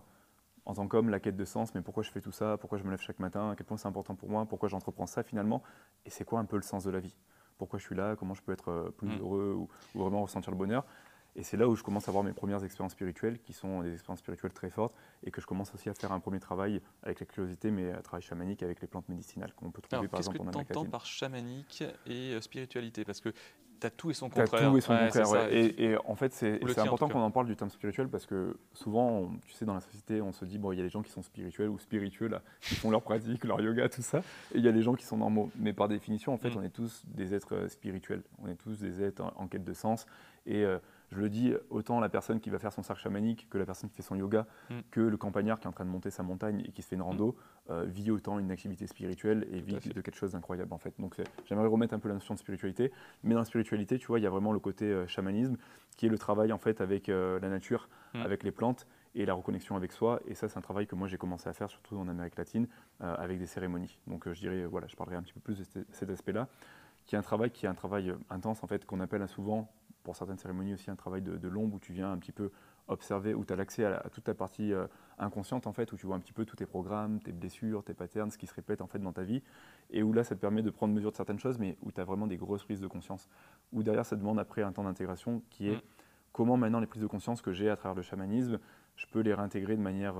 en tant qu'homme, la quête de sens, mais pourquoi je fais tout ça, pourquoi je me lève chaque matin, à quel point c'est important pour moi, pourquoi j'entreprends ça finalement, et c'est quoi un peu le sens de la vie, pourquoi je suis là, comment je peux être plus heureux ou vraiment ressentir le bonheur. Et c'est là où je commence à avoir mes premières expériences spirituelles, qui sont des expériences spirituelles très fortes, et que je commence aussi à faire un premier travail avec la curiosité, mais un travail chamanique avec les plantes médicinales qu'on peut trouver par exemple en Amérique latine. Qu'est-ce que tu entends par chamanique et spiritualité ? Parce que T'as tout et son T'as contraire. tout et son Ouais, contraire, c'est ça. ouais. Et en fait, c'est Ou le c'est tien, en important tout cas. qu'on en parle du terme spirituel parce que souvent, tu sais, dans la société, on se dit, bon, il y a les gens qui sont spirituels ou spiritueux, là, qui font leur pratique, leur yoga, tout ça, et il y a les gens qui sont normaux. Mais par définition, en fait, on est tous des êtres spirituels. On est tous des êtres en quête de sens. Et je le dis, autant la personne qui va faire son cercle chamanique que la personne qui fait son yoga, que le campagnard qui est en train de monter sa montagne et qui se fait une rando, vit autant une activité spirituelle et vit de quelque chose d'incroyable, en fait. Donc, j'aimerais remettre un peu la notion de spiritualité. Mais dans la spiritualité, tu vois, il y a vraiment le côté chamanisme, qui est le travail en fait avec la nature, avec les plantes et la reconnexion avec soi. Et ça, c'est un travail que moi j'ai commencé à faire, surtout en Amérique latine, avec des cérémonies. Donc je dirais, voilà, je parlerai un petit peu plus de cet aspect-là, qui est un travail intense en fait, qu'on appelle souvent, pour certaines cérémonies aussi, un travail de l'ombre, où tu viens un petit peu observer, où tu as l'accès à toute ta partie inconsciente en fait, où tu vois un petit peu tous tes programmes, tes blessures, tes patterns, ce qui se répète en fait dans ta vie, et où là ça te permet de prendre mesure de certaines choses, mais où tu as vraiment des grosses prises de conscience, où derrière ça demande après un temps d'intégration qui est comment maintenant les prises de conscience que j'ai à travers le chamanisme, je peux les réintégrer de manière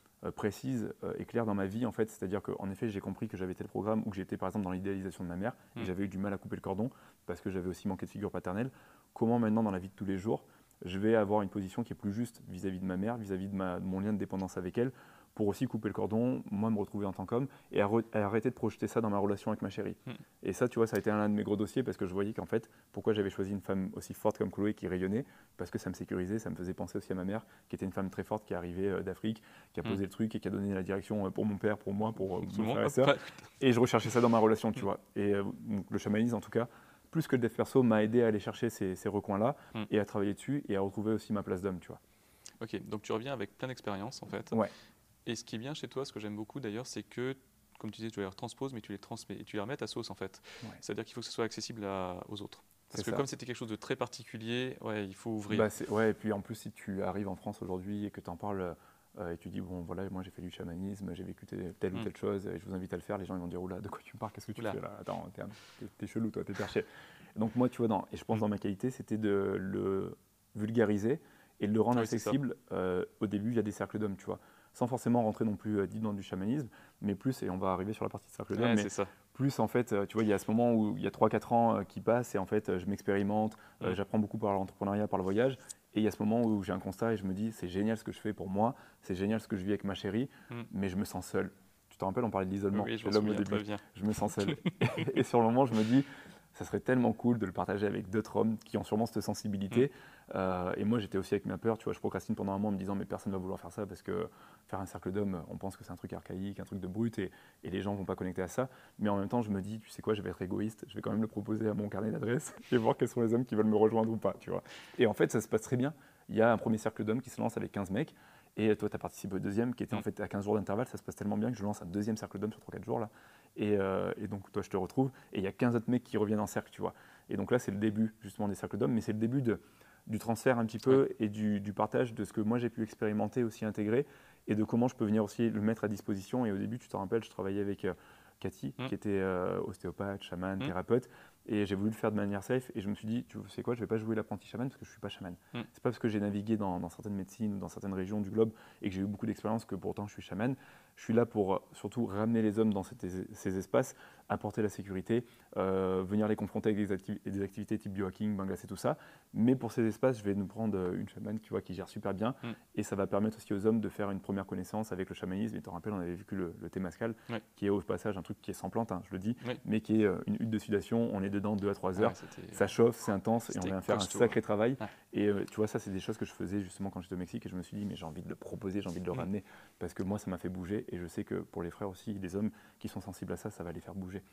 précise et claire dans ma vie en fait, c'est-à-dire qu'en effet j'ai compris que j'avais tel programme ou que j'étais par exemple dans l'idéalisation de ma mère et j'avais eu du mal à couper le cordon parce que j'avais aussi manqué de figure paternelle, comment maintenant dans la vie de tous les jours je vais avoir une position qui est plus juste vis-à-vis de ma mère, vis-à-vis de mon lien de dépendance avec elle, pour aussi couper le cordon, moi me retrouver en tant qu'homme, et arrêter de projeter ça dans ma relation avec ma chérie. Et ça, tu vois, ça a été un de mes gros dossiers, parce que je voyais qu'en fait, pourquoi j'avais choisi une femme aussi forte comme Chloé, qui rayonnait, parce que ça me sécurisait, ça me faisait penser aussi à ma mère, qui était une femme très forte, qui est arrivée d'Afrique, qui a posé le truc et qui a donné la direction pour mon père, pour moi, pour mon frère et sœur. Et je recherchais ça dans ma relation, tu vois. Et donc, le chamanisme, en tout cas, plus que le dev perso, m'a aidé à aller chercher ces recoins-là et à travailler dessus et à retrouver aussi ma place d'homme, tu vois. Ok, donc tu reviens avec plein d'expériences en fait. Ouais. Et ce qui est bien chez toi, ce que j'aime beaucoup d'ailleurs, c'est que, comme tu disais, tu les retransposes, mais tu les transmets et tu les remets à ta sauce en fait. Ouais. C'est-à-dire qu'il faut que ce soit accessible aux autres. Parce C'est que ça. comme c'était quelque chose de très particulier, ouais, il faut ouvrir. Ouais, et puis en plus, si tu arrives en France aujourd'hui et que tu en parles et tu dis, bon voilà, moi j'ai fait du chamanisme, j'ai vécu telle ou telle chose, et je vous invite à le faire, les gens ils vont dire, oula, de quoi tu me parles, qu'est-ce que tu fais là? Attends, t'es chelou, toi, t'es perché. Donc moi, tu vois, et je pense dans ma qualité, c'était de le vulgariser et de le rendre accessible au début via des cercles d'hommes, tu vois. Sans forcément rentrer non plus dit dans du chamanisme, mais plus, et on va arriver sur la partie de cercle d'hommes, mais plus en fait, tu vois, il y a ce moment où il y a 3-4 ans qui passent et en fait, je m'expérimente, j'apprends beaucoup par l'entrepreneuriat, par le voyage, et il y a ce moment où j'ai un constat et je me dis, c'est génial ce que je fais pour moi, c'est génial ce que je vis avec ma chérie, mais je me sens seul. Tu te rappelles, on parlait de l'isolement, oui, c'est l'homme au début, je me sens seul. Et sur le moment, je me dis, ça serait tellement cool de le partager avec d'autres hommes qui ont sûrement cette sensibilité. Et moi, j'étais aussi avec ma peur. Tu vois, je procrastine pendant un moment en me disant, mais personne ne va vouloir faire ça parce que faire un cercle d'hommes, on pense que c'est un truc archaïque, un truc de brut et les gens ne vont pas connecter à ça. Mais en même temps, je me dis, tu sais quoi, je vais être égoïste, je vais quand même le proposer à mon carnet d'adresses et voir quels sont les hommes qui veulent me rejoindre ou pas. Tu vois. Et en fait, ça se passe très bien. Il y a un premier cercle d'hommes qui se lance avec 15 mecs. Et toi, tu as participé au deuxième qui était en fait à 15 jours d'intervalle. Ça se passe tellement bien que je lance un deuxième cercle d'hommes sur 3-4 jours là. Et donc, toi, je te retrouve. Et il y a 15 autres mecs qui reviennent en cercle, tu vois. Et donc là, c'est le début justement des cercles d'hommes, mais c'est le début du transfert un petit peu et du partage de ce que moi j'ai pu expérimenter, aussi intégrer, et de comment je peux venir aussi le mettre à disposition. Et au début, tu te rappelles, je travaillais avec Cathy, qui était ostéopathe, chaman, thérapeute, et j'ai voulu le faire de manière safe. Et je me suis dit, tu sais quoi, je ne vais pas jouer l'apprenti chaman parce que je ne suis pas chaman. C'est pas parce que j'ai navigué dans certaines médecines, dans certaines régions du globe, et que j'ai eu beaucoup d'expérience que pourtant je suis chaman. Je suis là pour surtout ramener les hommes dans ces espaces, apporter la sécurité, venir les confronter avec des activités type biohacking, bain glacé, tout ça. Mais pour ces espaces, je vais nous prendre une chamane qui gère super bien. Et ça va permettre aussi aux hommes de faire une première connaissance avec le chamanisme. Et tu te rappelles, on avait vécu le Témascal, qui est au passage un truc qui est sans plante, hein, je le dis, mais qui est une hutte de sudation. On est dedans 2 à 3 heures. Ça chauffe, c'est intense et on vient faire un sacré travail. Et tu vois, ça, c'est des choses que je faisais justement quand j'étais au Mexique. Et je me suis dit, mais j'ai envie de le proposer, j'ai envie de le ramener. Parce que moi, ça m'a fait bouger. Et je sais que pour les frères aussi, les hommes qui sont sensibles à ça, ça va les faire bouger.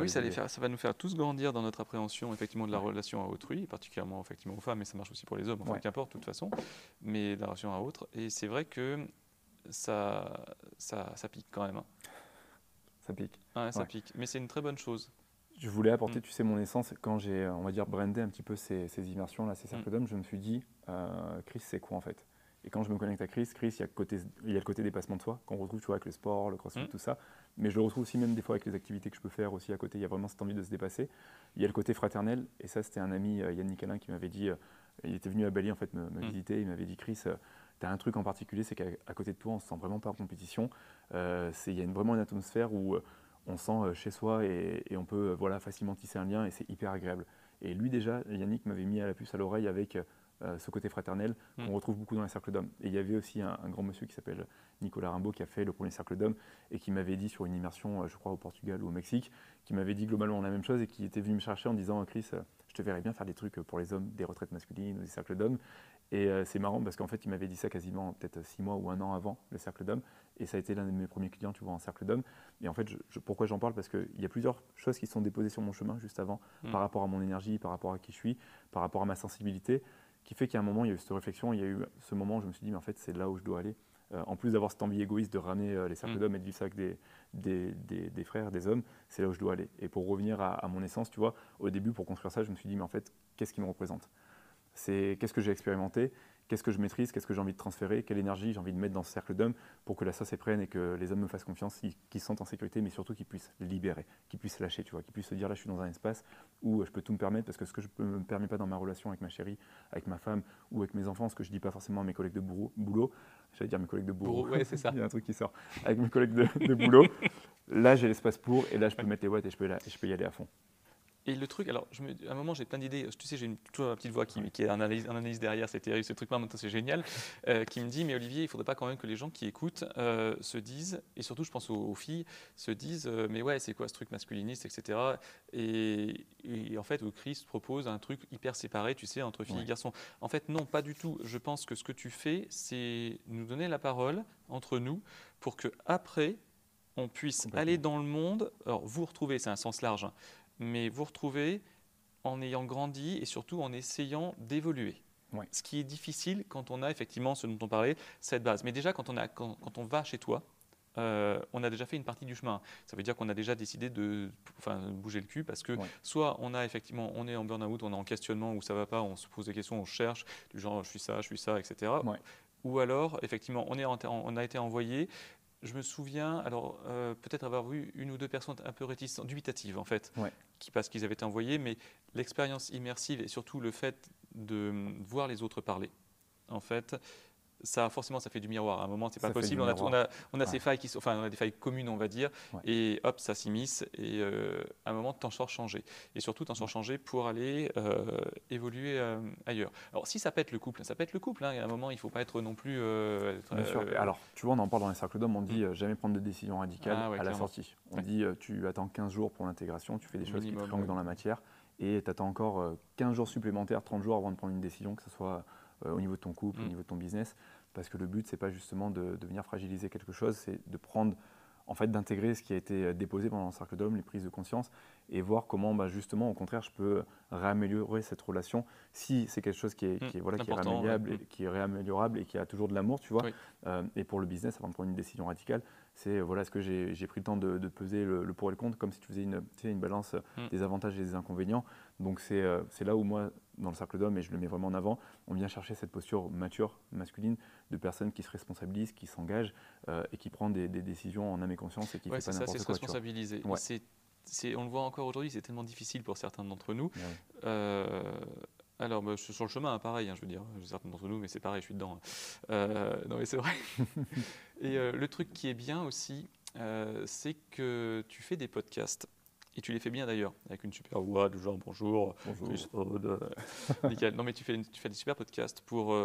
Ça va nous faire tous grandir dans notre appréhension effectivement de la relation à autrui, particulièrement effectivement aux femmes, mais ça marche aussi pour les hommes, enfin qu'importe de toute façon, mais la relation à autre. Et c'est vrai que ça pique quand même. Hein. Ça pique. Ça pique, mais c'est une très bonne chose. Je voulais apporter, tu sais, mon essence, quand j'ai, on va dire, brandé un petit peu ces immersions-là, ces cercles d'hommes, je me suis dit, Chris, c'est quoi en fait? Et quand je me connecte à Chris, il y a le côté dépassement de soi, qu'on retrouve, tu vois, avec le sport, le crossfit, tout ça. Mais je le retrouve aussi même des fois avec les activités que je peux faire aussi à côté. Il y a vraiment cette envie de se dépasser. Il y a le côté fraternel. Et ça, c'était un ami, Yannick Alain, qui m'avait dit, il était venu à Bali en fait me visiter. Il m'avait dit, Chris, tu as un truc en particulier, c'est qu'à côté de toi, on ne se sent vraiment pas en compétition. Il y a vraiment une atmosphère où on sent chez soi et on peut facilement tisser un lien et c'est hyper agréable. Et lui déjà, Yannick m'avait mis à la puce à l'oreille avec ce côté fraternel qu'on retrouve beaucoup dans les cercles d'hommes. Et il y avait aussi un grand monsieur qui s'appelle Nicolas Rimbaud qui a fait le premier cercle d'hommes et qui m'avait dit sur une immersion, je crois au Portugal ou au Mexique, qui m'avait dit globalement la même chose et qui était venu me chercher en disant Chris, je te verrais bien faire des trucs pour les hommes, des retraites masculines ou des cercles d'hommes. Et c'est marrant parce qu'en fait, il m'avait dit ça quasiment peut-être 6 mois ou 1 an avant le cercle d'hommes. Et ça a été l'un de mes premiers clients, tu vois, en cercle d'hommes. Et en fait, pourquoi j'en parle? Parce qu'il y a plusieurs choses qui sont déposées sur mon chemin juste avant, par rapport à mon énergie, par rapport à qui je suis, par rapport à ma sensibilité, qui fait qu'à un moment, il y a eu cette réflexion, il y a eu ce moment où je me suis dit, mais en fait, c'est là où je dois aller. En plus d'avoir cette envie égoïste de ramener les cercles d'hommes et de vivre ça avec des frères, des hommes, c'est là où je dois aller. Et pour revenir à mon essence, tu vois, au début, pour construire ça, je me suis dit, mais en fait, qu'est-ce qui me représente? Qu'est-ce que j'ai expérimenté, qu'est-ce que je maîtrise, qu'est-ce que j'ai envie de transférer, quelle énergie j'ai envie de mettre dans ce cercle d'hommes pour que la sauce prenne et que les hommes me fassent confiance, qu'ils se sentent en sécurité, mais surtout qu'ils puissent libérer, qu'ils puissent lâcher, tu vois, qu'ils puissent se dire là je suis dans un espace où je peux tout me permettre parce que ce que je ne me permets pas dans ma relation avec ma chérie, avec ma femme ou avec mes enfants, ce que je ne dis pas forcément à mes collègues de boulot, j'allais dire mes collègues de boulot, Ouais, c'est ça. il y a un truc qui sort, avec mes collègues de boulot, là j'ai l'espace pour et là je peux mettre les watts et je peux y aller à fond. Et le truc, alors, à un moment, j'ai plein d'idées. Tu sais, j'ai toujours une petite voix qui est en analyse derrière, c'est terrible, ce truc-là, maintenant, c'est génial, qui me dit, mais Olivier, il ne faudrait pas quand même que les gens qui écoutent se disent, et surtout, je pense aux filles, se disent, mais ouais, c'est quoi ce truc masculiniste, etc. Et en fait, Chris propose un truc hyper séparé, tu sais, entre filles et garçons. En fait, non, pas du tout. Je pense que ce que tu fais, c'est nous donner la parole entre nous pour qu'après, on puisse aller dans le monde. Alors, vous retrouver, c'est un sens large, hein, mais vous retrouvez en ayant grandi et surtout en essayant d'évoluer. Ouais. Ce qui est difficile quand on a effectivement ce dont on parlait, cette base. Mais déjà, quand on va chez toi, on a déjà fait une partie du chemin. Ça veut dire qu'on a déjà décidé de bouger le cul parce que soit on est en burn-out, on est en questionnement où ça ne va pas, on se pose des questions, on cherche, du genre je suis ça, etc. Ouais. Ou alors, effectivement, on a été envoyé. Je me souviens, alors peut-être avoir vu une ou deux personnes un peu réticentes, dubitatives en fait, parce qu'ils avaient été envoyés, mais l'expérience immersive et surtout le fait de voir les autres parler, en fait, ça forcément ça fait du miroir. À un moment, c'est pas possible. On a ces failles on a des failles communes, on va dire, et hop, ça s'immisce. Et à un moment, t'en sors changé. Et surtout, t'en sors changé pour aller évoluer ailleurs. Alors, si ça pète le couple, ça pète le couple. Hein, et à un moment, il faut pas être non plus. Bien sûr. Alors, tu vois, on en parle dans les cercles d'hommes. On dit jamais prendre de décision radicale à la sortie. On dit tu attends 15 jours pour l'intégration, tu fais des choses qui te triangent dans la matière, et tu attends encore 15 jours supplémentaires, 30 jours avant de prendre une décision, que ce soit au niveau de ton couple, au niveau de ton business, parce que le but, c'est pas justement de venir fragiliser quelque chose, c'est de prendre, en fait, d'intégrer ce qui a été déposé pendant le cercle d'hommes, les prises de conscience, et voir comment, justement, au contraire, je peux réaméliorer cette relation si c'est quelque chose qui est réaméliorable, qui est réaméliorable et qui a toujours de l'amour, tu vois. Et pour le business, avant de prendre une décision radicale, c'est est-ce que j'ai pris le temps de peser le pour et le contre, comme si tu faisais une balance des avantages et des inconvénients. Donc c'est là où moi, dans le cercle d'hommes, et je le mets vraiment en avant, on vient chercher cette posture mature, masculine, de personnes qui se responsabilisent, qui s'engagent et qui prennent des décisions en âme et conscience et qui ne font pas n'importe quoi. C'est se responsabiliser. On le voit encore aujourd'hui, c'est tellement difficile pour certains d'entre nous. Alors, sur le chemin, pareil, je veux dire, certains d'entre nous, mais c'est pareil, je suis dedans. Non, mais c'est vrai. Et le truc qui est bien aussi, c'est que tu fais des podcasts. Et tu les fais bien d'ailleurs, avec une super voix, du genre bonjour. Nickel. Non, mais tu fais des super podcasts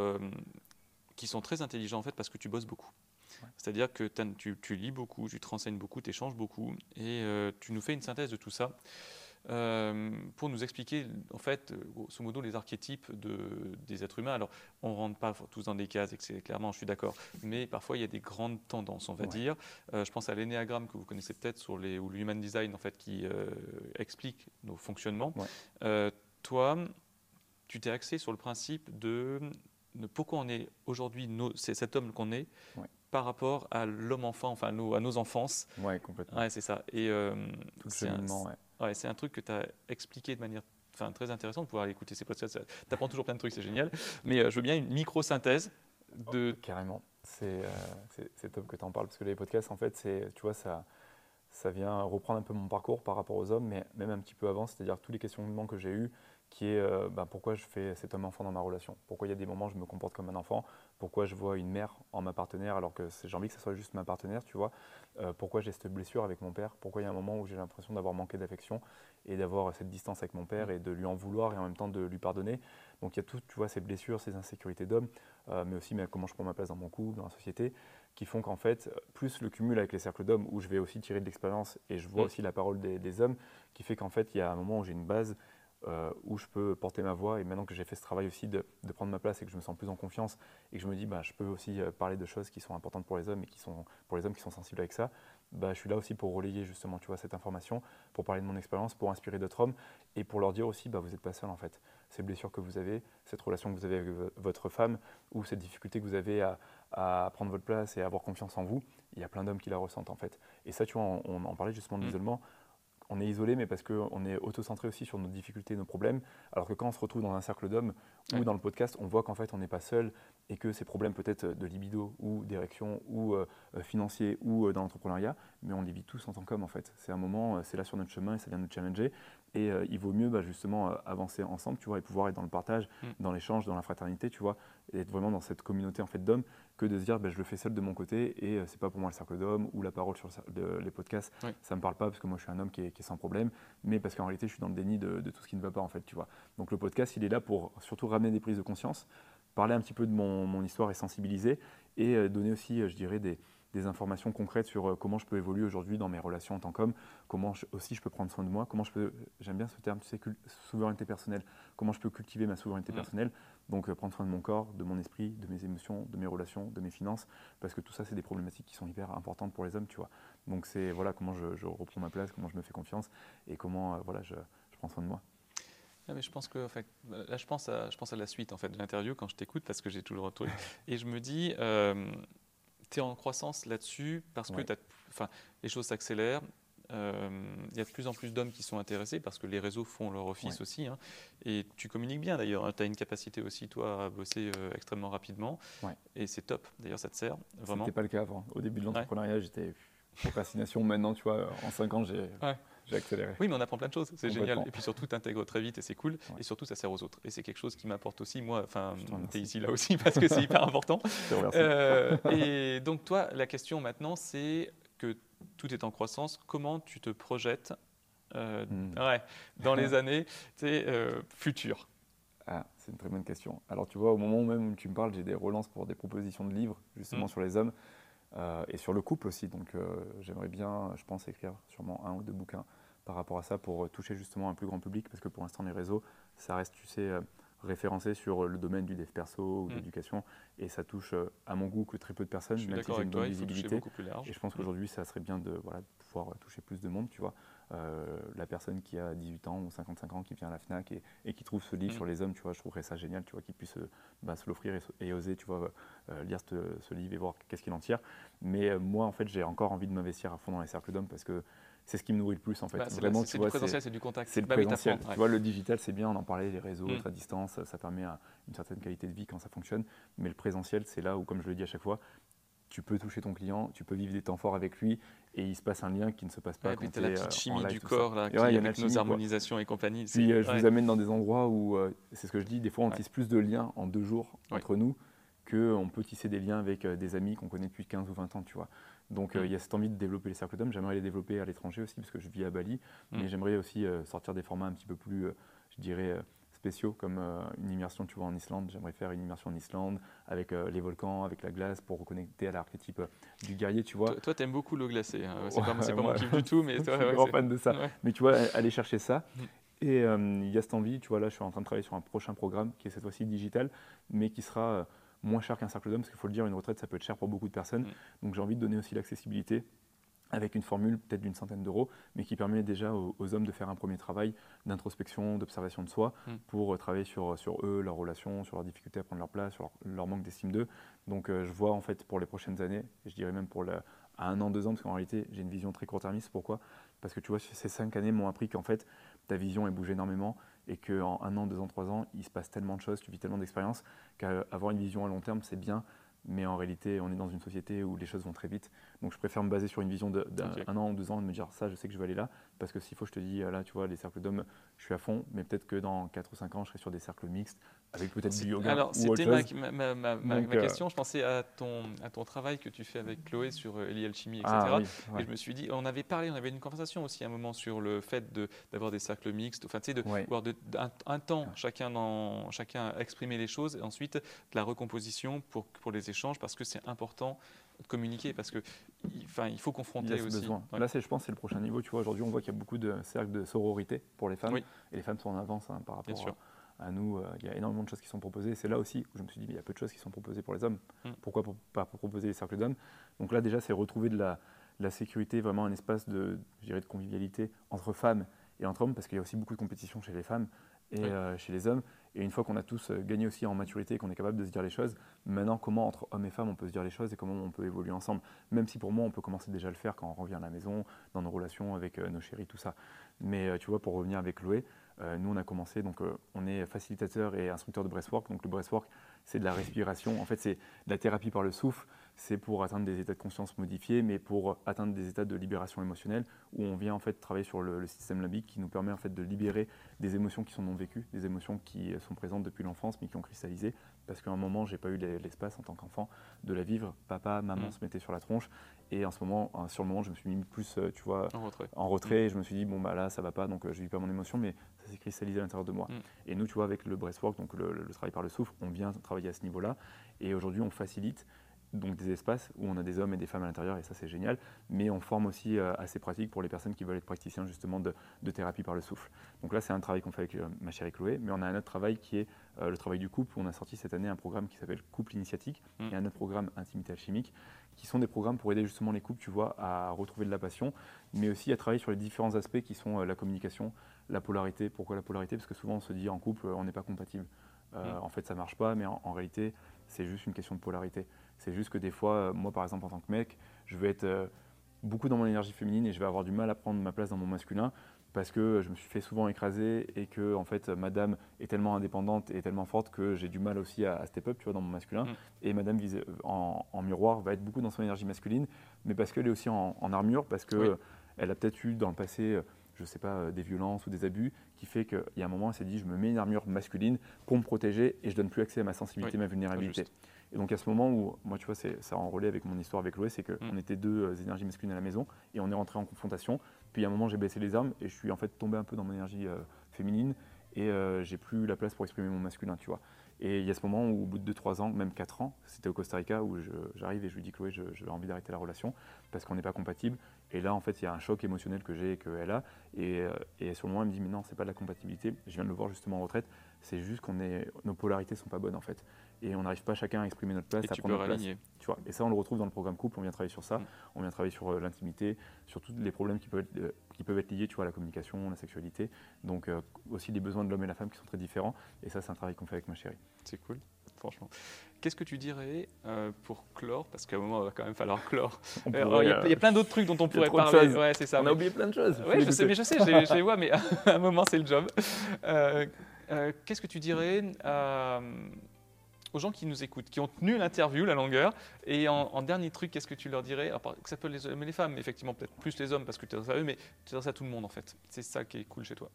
qui sont très intelligents en fait parce que tu bosses beaucoup. C'est-à-dire que tu lis beaucoup, tu te renseignes beaucoup, tu échanges beaucoup et tu nous fais une synthèse de tout ça pour nous expliquer en fait, grosso modo, les archétypes des êtres humains. Alors, on ne rentre pas tous dans des cases, clairement, je suis d'accord, mais parfois il y a des grandes tendances, on va dire. Je pense à l'énéagramme que vous connaissez peut-être ou le human design en fait, qui explique nos fonctionnements. Toi, tu t'es axé sur le principe de pourquoi on est aujourd'hui, c'est cet homme qu'on est, par rapport à l'homme-enfant, à nos enfances. Oui, complètement. Ouais, c'est ça. Et tout le cheminement, c'est un truc que tu as expliqué de manière très intéressante, de pouvoir aller écouter ces podcasts. Tu apprends toujours plein de trucs, c'est génial. Mais je veux bien une micro-synthèse de... Carrément. C'est top que tu en parles, parce que les podcasts, en fait, tu vois, ça vient reprendre un peu mon parcours par rapport aux hommes, mais même un petit peu avant, c'est-à-dire tous les questionnements que j'ai eus, qui est pourquoi je fais cet homme-enfant dans ma relation. Pourquoi il y a des moments où je me comporte comme un enfant. Pourquoi je vois une mère en ma partenaire alors que j'ai envie que ce soit juste ma partenaire, tu vois. Pourquoi j'ai cette blessure avec mon père. Pourquoi il y a un moment où j'ai l'impression d'avoir manqué d'affection et d'avoir cette distance avec mon père et de lui en vouloir et en même temps de lui pardonner. Donc il y a tout, tu vois, ces blessures, ces insécurités d'homme, mais aussi comment je prends ma place dans mon couple, dans la société, qui font qu'en fait, plus le cumul avec les cercles d'hommes, où je vais aussi tirer de l'expérience et je vois aussi la parole des hommes, qui fait qu'en fait, il y a un moment où j'ai une base où je peux porter ma voix. Et maintenant que j'ai fait ce travail aussi de prendre ma place et que je me sens plus en confiance et que je me dis je peux aussi parler de choses qui sont importantes pour les hommes et qui sont pour les hommes qui sont sensibles avec ça, je suis là aussi pour relayer justement, tu vois, cette information, pour parler de mon expérience, pour inspirer d'autres hommes et pour leur dire aussi vous n'êtes pas seul en fait. Ces blessures que vous avez, cette relation que vous avez avec votre femme ou cette difficulté que vous avez à prendre votre place et à avoir confiance en vous, il y a plein d'hommes qui la ressentent en fait. Et ça, tu vois, on en parlait justement de l'isolement. On est isolé, mais parce qu'on est auto-centré aussi sur nos difficultés, nos problèmes. Alors que quand on se retrouve dans un cercle d'hommes ou dans le podcast, on voit qu'en fait, on n'est pas seul et que ces problèmes peut-être de libido ou d'érection ou financiers ou dans l'entrepreneuriat, mais on les vit tous en tant qu'hommes en fait. C'est un moment, c'est là sur notre chemin et ça vient nous challenger. Et il vaut mieux justement avancer ensemble, tu vois, et pouvoir être dans le partage, dans l'échange, dans la fraternité, tu vois, et être vraiment dans cette communauté en fait d'hommes, que de se dire je le fais seul de mon côté et c'est pas pour moi le cercle d'hommes ou la parole sur les podcasts, ça me parle pas parce que moi je suis un homme qui est sans problème, mais parce qu'en réalité je suis dans le déni de tout ce qui ne va pas en fait, tu vois. Donc le podcast il est là pour surtout ramener des prises de conscience, parler un petit peu de mon histoire et sensibiliser et donner aussi, je dirais, des informations concrètes sur comment je peux évoluer aujourd'hui dans mes relations en tant qu'homme, comment aussi je peux prendre soin de moi, comment je peux, j'aime bien ce terme, tu sais, souveraineté personnelle, comment je peux cultiver ma souveraineté personnelle, donc prendre soin de mon corps, de mon esprit, de mes émotions, de mes relations, de mes finances, parce que tout ça c'est des problématiques qui sont hyper importantes pour les hommes, tu vois. Donc c'est voilà comment je reprends ma place, comment je me fais confiance et comment je prends soin de moi. Ah, mais je pense que, en fait, là, je pense à la suite en fait, de l'interview quand je t'écoute, parce que j'ai toujours un truc. Et je me dis, tu es en croissance là-dessus parce que les choses s'accélèrent. Il y a de plus en plus d'hommes qui sont intéressés parce que les réseaux font leur office aussi. Hein, et tu communiques bien d'ailleurs. Tu as une capacité aussi, toi, à bosser extrêmement rapidement. Et c'est top. D'ailleurs, ça te sert vraiment. C'était pas le cas avant. Au début de l'entrepreneuriat, j'étais procrastination. Maintenant, tu vois, en 5 ans, j'ai accéléré. Oui, mais on apprend plein de choses, c'est génial. Et puis surtout, tu intègres très vite et c'est cool. Et surtout, ça sert aux autres. Et c'est quelque chose qui m'apporte aussi. Moi, tu es ici là aussi parce que c'est hyper important. Et donc, toi, la question maintenant, c'est que tout est en croissance. Comment tu te projettes dans les années futures? C'est une très bonne question. Alors, tu vois, au moment même où tu me parles, j'ai des relances pour des propositions de livres, justement sur les hommes et sur le couple aussi. Donc, j'aimerais bien, je pense, écrire sûrement 1 ou 2 bouquins par rapport à ça pour toucher justement un plus grand public, parce que pour l'instant, les réseaux, ça reste, tu sais, référencé sur le domaine du dev perso ou de l'éducation, et ça touche, à mon goût, que très peu de personnes, même si j'ai une bonne visibilité. Et je pense qu'aujourd'hui, ça serait bien de pouvoir toucher plus de monde, tu vois. La personne qui a 18 ans ou 55 ans qui vient à la FNAC et qui trouve ce livre sur les hommes, tu vois, je trouverais ça génial, tu vois, qu'il puisse se l'offrir et oser, tu vois, lire ce livre et voir qu'est-ce qu'il en tire. Mais moi, en fait, j'ai encore envie de m'investir à fond dans les cercles d'hommes parce que c'est ce qui me nourrit le plus, en fait. Vraiment, c'est du présentiel, c'est du contact. C'est le présentiel. Tu vois, le digital, c'est bien, on en parlait, les réseaux, à distance, ça permet une certaine qualité de vie quand ça fonctionne. Mais le présentiel, c'est là où, comme je le dis à chaque fois, tu peux toucher ton client, tu peux vivre des temps forts avec lui et il se passe un lien qui ne se passe pas quand tu es en live. La petite chimie du corps, là, avec nos harmonisations et compagnie. Puis je vous amène dans des endroits où, c'est ce que je dis, des fois on tisse plus de liens en 2 jours entre nous qu'on peut tisser des liens avec des amis qu'on connaît depuis 15 ou 20 ans, tu vois. Donc il y a cette envie de développer les cercles d'hommes. J'aimerais les développer à l'étranger aussi parce que je vis à Bali, mais j'aimerais aussi sortir des formats un petit peu plus, je dirais, spéciaux comme une immersion, tu vois, en Islande. J'aimerais faire une immersion en Islande avec les volcans, avec la glace pour reconnecter à l'archétype du guerrier, tu vois. Toi, t'aimes beaucoup l'eau glacée. Hein. C'est pas mon kiff du tout, mais toi, je suis grand fan de ça. Mais tu vois, aller chercher ça. Et il y a cette envie, tu vois, là, je suis en train de travailler sur un prochain programme qui est cette fois-ci digital, mais qui sera moins cher qu'un cercle d'hommes, parce qu'il faut le dire, une retraite, ça peut être cher pour beaucoup de personnes. Donc j'ai envie de donner aussi l'accessibilité avec une formule peut-être d'une centaine d'euros, mais qui permet déjà aux hommes de faire un premier travail d'introspection, d'observation de soi, pour travailler sur eux, leurs relations, sur leurs difficultés à prendre leur place, sur leur manque d'estime d'eux. Donc je vois en fait pour les prochaines années, et je dirais même à 1 an, 2 ans, parce qu'en réalité j'ai une vision très court-termiste. Pourquoi ? Parce que tu vois, ces 5 années m'ont appris qu'en fait ta vision elle bouge énormément et qu'en 1 an, 2 ans, 3 ans, il se passe tellement de choses, tu vis tellement d'expériences qu'avoir une vision à long terme, c'est bien mais en réalité, on est dans une société où les choses vont très vite. Donc, je préfère me baser sur une vision d'un an ou 2 ans et me dire ça, je sais que je vais aller là. Parce que s'il faut, je te dis, là, tu vois, les cercles d'hommes, je suis à fond, mais peut-être que dans 4 ou 5 ans, je serai sur des cercles mixtes avec peut-être du yoga Alors, ou autre c'était chose. ma question. Je pensais à ton travail que tu fais avec Chloé sur Eli Alchimie, etc. Ah oui, Et je me suis dit, on avait une conversation aussi à un moment sur le fait d'avoir des cercles mixtes, enfin, tu sais, de voir un temps chacun exprimer les choses et ensuite de la recomposition pour les échanges parce que c'est important de communiquer parce que il faut confronter aussi. Besoin. Là, je pense que c'est le prochain niveau. Tu vois, aujourd'hui, on voit qu'il y a beaucoup de cercles de sororité pour les femmes. Et les femmes sont en avance par rapport à nous. Il y a énormément de choses qui sont proposées. C'est là aussi où je me suis dit, il y a peu de choses qui sont proposées pour les hommes. Pourquoi pas proposer les cercles d'hommes? Donc là, déjà, c'est retrouver de la sécurité, vraiment un espace de convivialité entre femmes et entre hommes, parce qu'il y a aussi beaucoup de compétition chez les femmes et chez les hommes. Et une fois qu'on a tous gagné aussi en maturité et qu'on est capable de se dire les choses, maintenant, comment entre hommes et femmes on peut se dire les choses et comment on peut évoluer ensemble. Même si pour moi, on peut commencer déjà à le faire quand on revient à la maison, dans nos relations avec nos chéris, tout ça. Mais tu vois, pour revenir avec Chloé, nous, on a commencé, donc on est facilitateur et instructeur de breathwork. Donc le breathwork, c'est de la respiration. En fait, c'est de la thérapie par le souffle. C'est pour atteindre des états de conscience modifiés, mais pour atteindre des états de libération émotionnelle, où on vient en fait travailler sur le système limbique qui nous permet en fait de libérer des émotions qui sont non vécues, des émotions qui sont présentes depuis l'enfance, mais qui ont cristallisé. Parce qu'à un moment, j'ai pas eu l'espace en tant qu'enfant de la vivre. Papa, maman se mettaient sur la tronche. Et sur le moment, je me suis mis plus, tu vois, en retrait. Et je me suis dit, bon, bah là, ça va pas, donc je vis pas mon émotion, mais ça s'est cristallisé à l'intérieur de moi. Et nous, tu vois, avec le breathwork, donc le travail par le souffle, on vient travailler à ce niveau-là. Et aujourd'hui, on facilite donc des espaces où on a des hommes et des femmes à l'intérieur, et ça, c'est génial. Mais on forme aussi à ces pratiques pour les personnes qui veulent être praticiens, justement, de thérapie par le souffle. Donc là, c'est un travail qu'on fait avec ma chérie Chloé, mais on a un autre travail qui est le travail du couple, où on a sorti cette année un programme qui s'appelle Couple Initiatique, et un autre programme Intimité Alchimique, qui sont des programmes pour aider justement les couples, tu vois, à retrouver de la passion, mais aussi à travailler sur les différents aspects qui sont la communication, la polarité. Pourquoi la polarité? Parce que souvent on se dit en couple, on n'est pas compatible. En fait, ça marche pas, mais en réalité, c'est juste une question de polarité. C'est juste que des fois, moi par exemple en tant que mec, je vais être beaucoup dans mon énergie féminine et je vais avoir du mal à prendre ma place dans mon masculin, parce que je me suis fait souvent écraser et que en fait madame est tellement indépendante et tellement forte que j'ai du mal aussi à step up, tu vois, dans mon masculin. Et madame en miroir va être beaucoup dans son énergie masculine, mais parce qu'elle est aussi en armure, parce que elle a peut-être eu dans le passé je sais pas, des violences ou des abus, qui fait qu'il y a un moment, elle s'est dit, je me mets une armure masculine pour me protéger et je donne plus accès à ma sensibilité, ma vulnérabilité. Et donc à ce moment où, moi tu vois, ça en relais avec mon histoire avec Chloé, c'est qu'on était deux énergies masculines à la maison et on est rentré en confrontation. Puis à un moment, j'ai baissé les armes et je suis en fait tombé un peu dans mon énergie féminine et j'ai plus la place pour exprimer mon masculin, tu vois. Et il y a ce moment où, au bout de 2-3 ans, même 4 ans, c'était au Costa Rica, où j'arrive et je lui dis, Chloé, j'ai envie d'arrêter la relation parce qu'on n'est pas compatible. Et là, en fait, il y a un choc émotionnel que j'ai et qu'elle a. Et sur le moment, elle me dit, mais non, c'est pas de la compatibilité. Je viens de le voir justement en retraite. C'est juste nos polarités sont pas bonnes, en fait. Et on n'arrive pas chacun à exprimer notre place, à prendre notre place. Tu vois. Et ça, on le retrouve dans le programme couple. On vient travailler sur ça. On vient travailler sur l'intimité, sur tous les problèmes qui peuvent être liés, tu vois, à la communication, la sexualité. Donc, aussi les besoins de l'homme et la femme qui sont très différents. Et ça, c'est un travail qu'on fait avec ma chérie. C'est cool, franchement. Qu'est-ce que tu dirais pour clore? Parce qu'à un moment, il va quand même falloir clore. Il y a plein d'autres trucs dont on pourrait parler. Ouais, c'est ça. On a oublié plein de choses. Oui, je sais, je les vois, mais à un moment, c'est le job. Qu'est-ce que tu dirais aux gens qui nous écoutent, qui ont tenu l'interview, la longueur, et en dernier truc, qu'est-ce que tu leur dirais? Alors, que ça peut les hommes et les femmes, effectivement, peut-être plus les hommes parce que tu t'adresses à eux, mais tu t'adresses à tout le monde en fait. C'est ça qui est cool chez toi.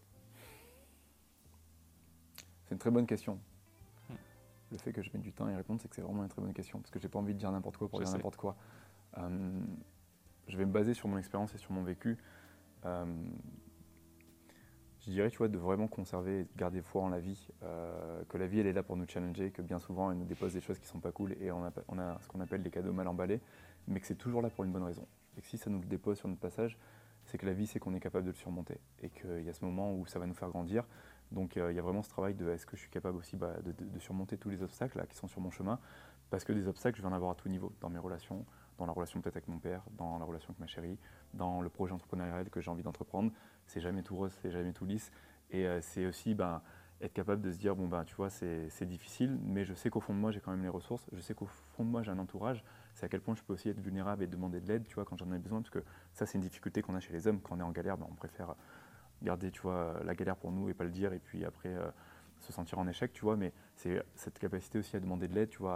C'est une très bonne question. Le fait que je mette du temps à y répondre, c'est que c'est vraiment une très bonne question, parce que j'ai pas envie de dire n'importe quoi pour dire n'importe quoi. Je vais me baser sur mon expérience et sur mon vécu. Je dirais, tu vois, de vraiment conserver et de garder foi en la vie, que la vie, elle est là pour nous challenger, que bien souvent, elle nous dépose des choses qui sont pas cool et on a ce qu'on appelle des cadeaux mal emballés, mais que c'est toujours là pour une bonne raison. Et que si ça nous le dépose sur notre passage, c'est que la vie, c'est qu'on est capable de le surmonter et qu'il y a ce moment où ça va nous faire grandir. Donc il y a vraiment ce travail de est-ce que je suis capable aussi de surmonter tous les obstacles là, qui sont sur mon chemin, parce que des obstacles, je vais en avoir à tout niveau, dans mes relations, dans la relation peut-être avec mon père, dans la relation avec ma chérie, dans le projet entrepreneurial que j'ai envie d'entreprendre. C'est jamais tout rose, c'est jamais tout lisse. Et c'est aussi être capable de se dire, bon tu vois, c'est difficile, mais je sais qu'au fond de moi, j'ai quand même les ressources, je sais qu'au fond de moi, j'ai un entourage. C'est à quel point je peux aussi être vulnérable et demander de l'aide, tu vois, quand j'en ai besoin, parce que ça, c'est une difficulté qu'on a chez les hommes. Quand on est en galère, on préfère garder, tu vois, la galère pour nous et pas le dire, et puis après se sentir en échec, tu vois. Mais c'est cette capacité aussi à demander de l'aide, tu vois,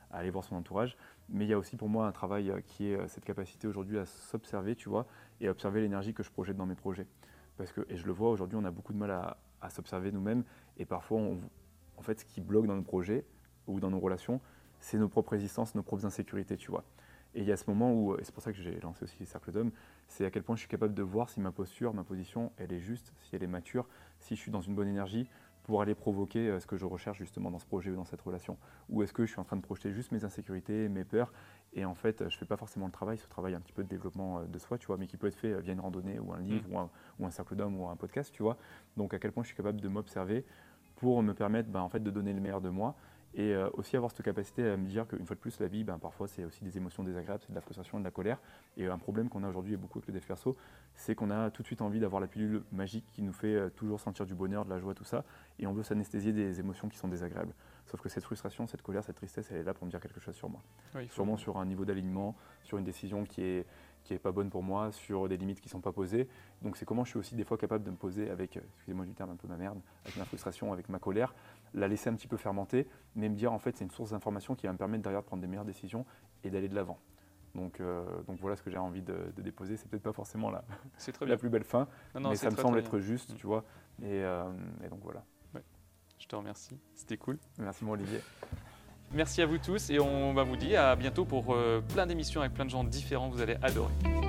aller voir son entourage. Mais il y a aussi pour moi un travail qui est cette capacité aujourd'hui à s'observer, tu vois, et à observer l'énergie que je projette dans mes projets. Et je le vois aujourd'hui, on a beaucoup de mal à s'observer nous-mêmes, et parfois, en fait, ce qui bloque dans nos projets ou dans nos relations, c'est nos propres résistances, nos propres insécurités, tu vois. Et il y a ce moment où, et c'est pour ça que j'ai lancé aussi les cercles d'hommes, c'est à quel point je suis capable de voir si ma posture, ma position, elle est juste, si elle est mature, si je suis dans une bonne énergie pour aller provoquer ce que je recherche justement dans ce projet ou dans cette relation. Ou est-ce que je suis en train de projeter juste mes insécurités, mes peurs, et en fait, je ne fais pas forcément le travail, ce travail un petit peu de développement de soi, tu vois, mais qui peut être fait via une randonnée ou un livre ou un cercle d'hommes ou un podcast, tu vois. Donc à quel point je suis capable de m'observer pour me permettre en fait, de donner le meilleur de moi. Et aussi avoir cette capacité à me dire qu'une fois de plus, la vie, parfois, c'est aussi des émotions désagréables, c'est de la frustration, de la colère. Et un problème qu'on a aujourd'hui, et beaucoup avec le dev perso, c'est qu'on a tout de suite envie d'avoir la pilule magique qui nous fait toujours sentir du bonheur, de la joie, tout ça. Et on veut s'anesthésier des émotions qui sont désagréables. Sauf que cette frustration, cette colère, cette tristesse, elle est là pour me dire quelque chose sur moi. Oui, sûrement sur un niveau d'alignement, sur une décision qui est pas bonne pour moi, sur des limites qui ne sont pas posées. Donc c'est comment je suis aussi des fois capable de me poser avec, excusez-moi du terme, un peu ma merde, avec ma frustration, avec ma colère, la laisser un petit peu fermenter, mais me dire en fait c'est une source d'information qui va me permettre derrière de prendre des meilleures décisions et d'aller de l'avant. Donc voilà ce que j'ai envie de déposer. C'est peut-être pas forcément la plus belle fin, mais ça me semble être juste, tu vois. Et donc voilà. Ouais. Je te remercie, c'était cool. Merci mon Olivier. Merci à vous tous et on vous dit à bientôt pour plein d'émissions avec plein de gens différents, vous allez adorer.